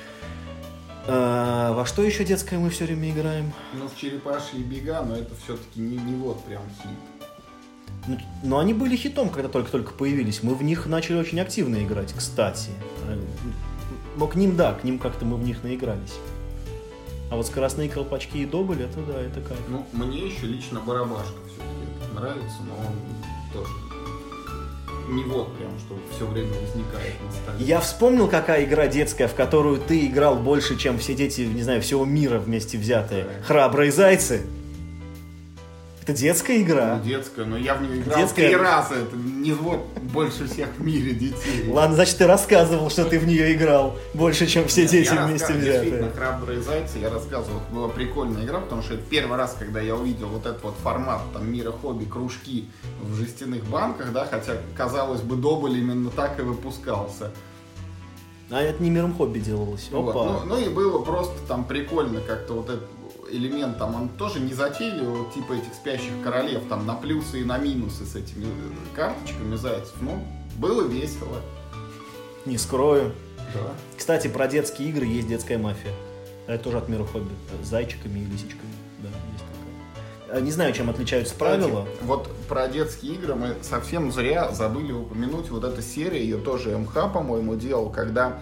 [SPEAKER 3] А, во что еще детское мы все время играем?
[SPEAKER 1] Ну, в черепашьи бега, но это все-таки не, не вот прям хит.
[SPEAKER 3] Ну, но они были хитом, когда только-только появились. Мы в них начали очень активно играть, кстати. А, Но к ним, да, к ним как-то мы в них наигрались. А вот скоростные колпачки и добль, это да, это кайф.
[SPEAKER 1] Ну, мне еще лично барабашка все-таки нравится, но он тоже не вот прям, что все время возникает на столе.
[SPEAKER 3] Я вспомнил, какая игра детская, в которую ты играл больше, чем все дети, не знаю, всего мира вместе взятые.
[SPEAKER 1] Да.
[SPEAKER 3] «Храбрые зайцы». Это детская игра.
[SPEAKER 1] Ну, детская, но я в нее играл
[SPEAKER 3] Детская.
[SPEAKER 1] три раза. Это не вот больше всех в мире детей.
[SPEAKER 3] Ладно, значит, ты рассказывал, что ты в нее играл больше, чем все
[SPEAKER 1] Нет,
[SPEAKER 3] дети
[SPEAKER 1] я
[SPEAKER 3] вместе
[SPEAKER 1] раска-
[SPEAKER 3] взятые.
[SPEAKER 1] Действительно, «Храбрые зайцы», я рассказывал, это была прикольная игра, потому что это первый раз, когда я увидел вот этот вот формат там мира хобби, кружки в жестяных банках, да, хотя, казалось бы, Добль именно так и выпускался.
[SPEAKER 3] А это не миром хобби делалось.
[SPEAKER 1] Вот.
[SPEAKER 3] Опа.
[SPEAKER 1] Ну, ну и было просто там прикольно как-то вот этот элемент, там он тоже не затейливый, вот типа этих спящих королев, там на плюсы и на минусы с этими карточками зайцев. Ну, было весело.
[SPEAKER 3] Не скрою.
[SPEAKER 1] Да.
[SPEAKER 3] Кстати, про детские игры есть детская мафия. Это тоже от мира хобби. С зайчиками и лисичками. Да, есть такая. Не знаю, чем отличаются правила.
[SPEAKER 1] Кстати, вот про детские игры мы совсем зря забыли упомянуть. Вот эта серия, ее тоже МХ, по-моему, делал, когда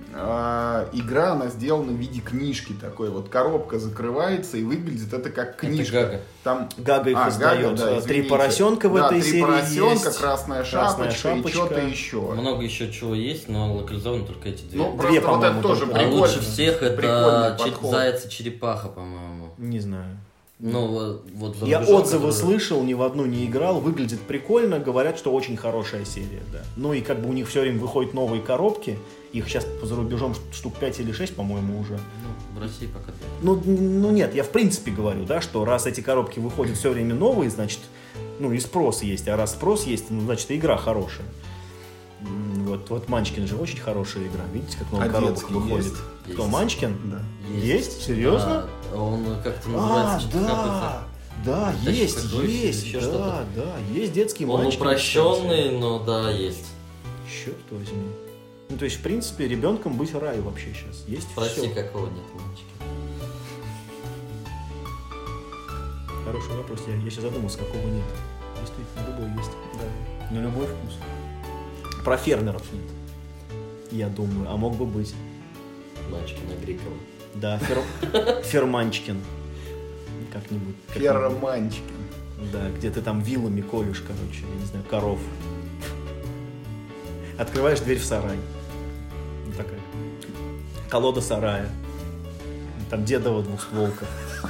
[SPEAKER 1] э, игра, она сделана в виде книжки такой. Вот коробка закрывается и выглядит это как книжка.
[SPEAKER 2] Это Гага.
[SPEAKER 1] Там...
[SPEAKER 3] Гага их
[SPEAKER 1] а,
[SPEAKER 3] издает.
[SPEAKER 1] Гага, да,
[SPEAKER 3] три
[SPEAKER 1] извините.
[SPEAKER 3] поросенка в
[SPEAKER 1] да,
[SPEAKER 3] этой
[SPEAKER 1] три
[SPEAKER 3] серии
[SPEAKER 1] поросенка,
[SPEAKER 3] есть.
[SPEAKER 1] красная
[SPEAKER 3] Красная
[SPEAKER 1] шапочка,
[SPEAKER 3] шапочка.
[SPEAKER 1] и что-то еще.
[SPEAKER 2] Много еще чего есть, но локализованы только эти две.
[SPEAKER 1] Ну,
[SPEAKER 3] Две,
[SPEAKER 1] просто вот это
[SPEAKER 3] по-моему,
[SPEAKER 1] тоже
[SPEAKER 3] только.
[SPEAKER 2] А
[SPEAKER 1] прикольно.
[SPEAKER 2] лучше всех это
[SPEAKER 1] Прикольный
[SPEAKER 2] чер-
[SPEAKER 1] подход.
[SPEAKER 2] Заяц и черепаха, по-моему.
[SPEAKER 3] Не знаю.
[SPEAKER 2] Ну, вот, вот за
[SPEAKER 3] Я
[SPEAKER 2] рубежом,
[SPEAKER 3] отзывы
[SPEAKER 2] которые-
[SPEAKER 3] слышал, ни в одну не играл, выглядит прикольно, говорят, что очень хорошая серия, да. Ну и как бы у них все время выходят новые коробки, их сейчас за рубежом штук пять или шесть, по-моему, уже.
[SPEAKER 2] Ну, в России пока.
[SPEAKER 3] Ну, ну нет, я в принципе говорю, да, что раз эти коробки выходят все время новые, значит, ну и спрос есть, а раз спрос есть, ну, значит, и игра хорошая. М, Вот, вот Манчкин же очень хорошая игра, видите, как много
[SPEAKER 1] А
[SPEAKER 3] коробок
[SPEAKER 1] детский
[SPEAKER 3] выходит.
[SPEAKER 1] есть?
[SPEAKER 3] Кто,
[SPEAKER 2] Есть.
[SPEAKER 3] Манчкин?
[SPEAKER 1] Да.
[SPEAKER 3] Есть? Серьезно?
[SPEAKER 2] Да, он как-то
[SPEAKER 3] А,
[SPEAKER 2] называется что-то
[SPEAKER 3] да,
[SPEAKER 2] какой-то-
[SPEAKER 3] да,
[SPEAKER 2] Тащи
[SPEAKER 3] есть,
[SPEAKER 2] сокровища,
[SPEAKER 3] есть,
[SPEAKER 2] еще
[SPEAKER 3] да,
[SPEAKER 2] что-то.
[SPEAKER 3] да, есть детский
[SPEAKER 2] Он
[SPEAKER 3] Манчкин.
[SPEAKER 2] упрощенный, но да, есть.
[SPEAKER 3] Черт возьми. Ну, то есть, в принципе, ребенком быть рай вообще сейчас. Есть
[SPEAKER 2] Спроси,
[SPEAKER 3] все.
[SPEAKER 2] какого нет мальчика.
[SPEAKER 3] Хороший вопрос. Я, я сейчас задумался, какого нет. Действительно, любой есть. Да. На любой вкус. Про фермеров нет. Я думаю, а мог бы быть.
[SPEAKER 2] Мальчика на Грикова.
[SPEAKER 3] Да, фер... Ферманчкин. Как-нибудь. как-нибудь.
[SPEAKER 1] Ферроманчики.
[SPEAKER 3] Да, где ты там вилами колешь, короче, я не знаю, коров. Открываешь дверь в сарай. Ну, такая. Колода сарая. Там дедова двухстволка.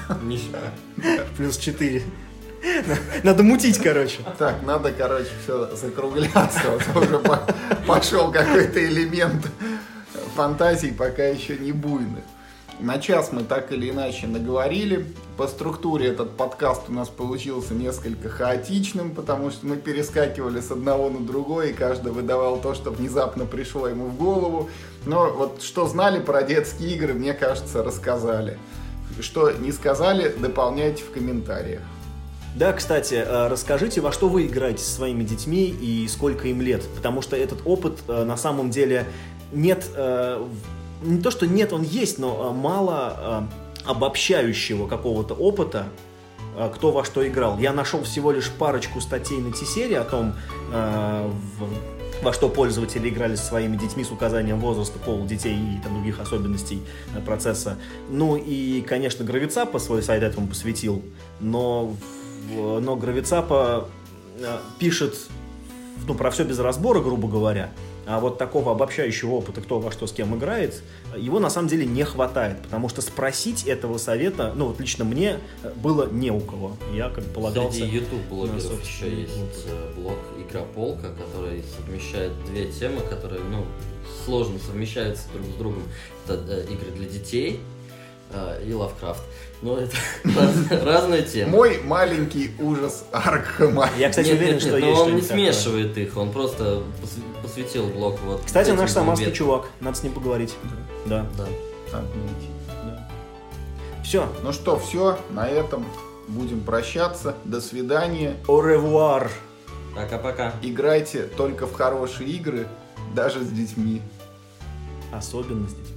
[SPEAKER 3] Плюс четыре. Надо мутить, короче.
[SPEAKER 1] Так, надо, короче, все закругляться. Вот уже по- пошел какой-то элемент фантазий, пока еще не буйных. На час мы так или иначе наговорили. По структуре этот подкаст у нас получился несколько хаотичным, потому что мы перескакивали с одного на другое, и каждый выдавал то, что внезапно пришло ему в голову. Но вот что знали про детские игры, мне кажется, рассказали. Что не сказали, дополняйте в комментариях.
[SPEAKER 3] Да, кстати, э, расскажите, во что вы играете со своими детьми и сколько им лет, потому что этот опыт э, на самом деле нет, э, в- не то что нет, он есть, но э, мало э, обобщающего какого-то опыта, э, кто во что играл. Я нашел всего лишь парочку статей на Ти-серии о том, э, в- во что пользователи играли со своими детьми с указанием возраста, пола детей и там, других особенностей э, процесса. Ну и, конечно, Гравицапа свой сайт этому посвятил, но но Гравицапа пишет ну, про все без разбора, грубо говоря, а вот такого обобщающего опыта, кто во что с кем играет, его на самом деле не хватает, потому что спросить этого совета, ну вот лично мне, было не у кого. Я как бы полагался...
[SPEAKER 2] Среди YouTube-блогеров
[SPEAKER 3] на
[SPEAKER 2] еще
[SPEAKER 3] собственный
[SPEAKER 2] есть
[SPEAKER 3] опыт.
[SPEAKER 2] э, блог Игрополка, который совмещает две темы, которые ну, сложно совмещаются друг с другом. Это э, игры для детей э, и Лавкрафт. Но это раз- разные темы.
[SPEAKER 1] Мой маленький ужас Аркхема.
[SPEAKER 3] Я, кстати,
[SPEAKER 2] Нет,
[SPEAKER 3] уверен,
[SPEAKER 2] нет,
[SPEAKER 3] что
[SPEAKER 2] нет, но
[SPEAKER 3] есть
[SPEAKER 2] он не
[SPEAKER 3] что-нибудь такое.
[SPEAKER 2] смешивает их, он просто пос- посвятил блог вот
[SPEAKER 3] Кстати,
[SPEAKER 2] этим
[SPEAKER 3] наш самарский
[SPEAKER 2] двум
[SPEAKER 3] чувак, надо с ним поговорить. Да.
[SPEAKER 2] веткам. Да.
[SPEAKER 1] Отметьте.
[SPEAKER 3] да. Все.
[SPEAKER 1] Ну что, все, на этом будем прощаться. До свидания.
[SPEAKER 3] Au revoir.
[SPEAKER 2] Пока-пока.
[SPEAKER 1] Играйте только в хорошие игры, даже с детьми.
[SPEAKER 3] Особенно с детьми.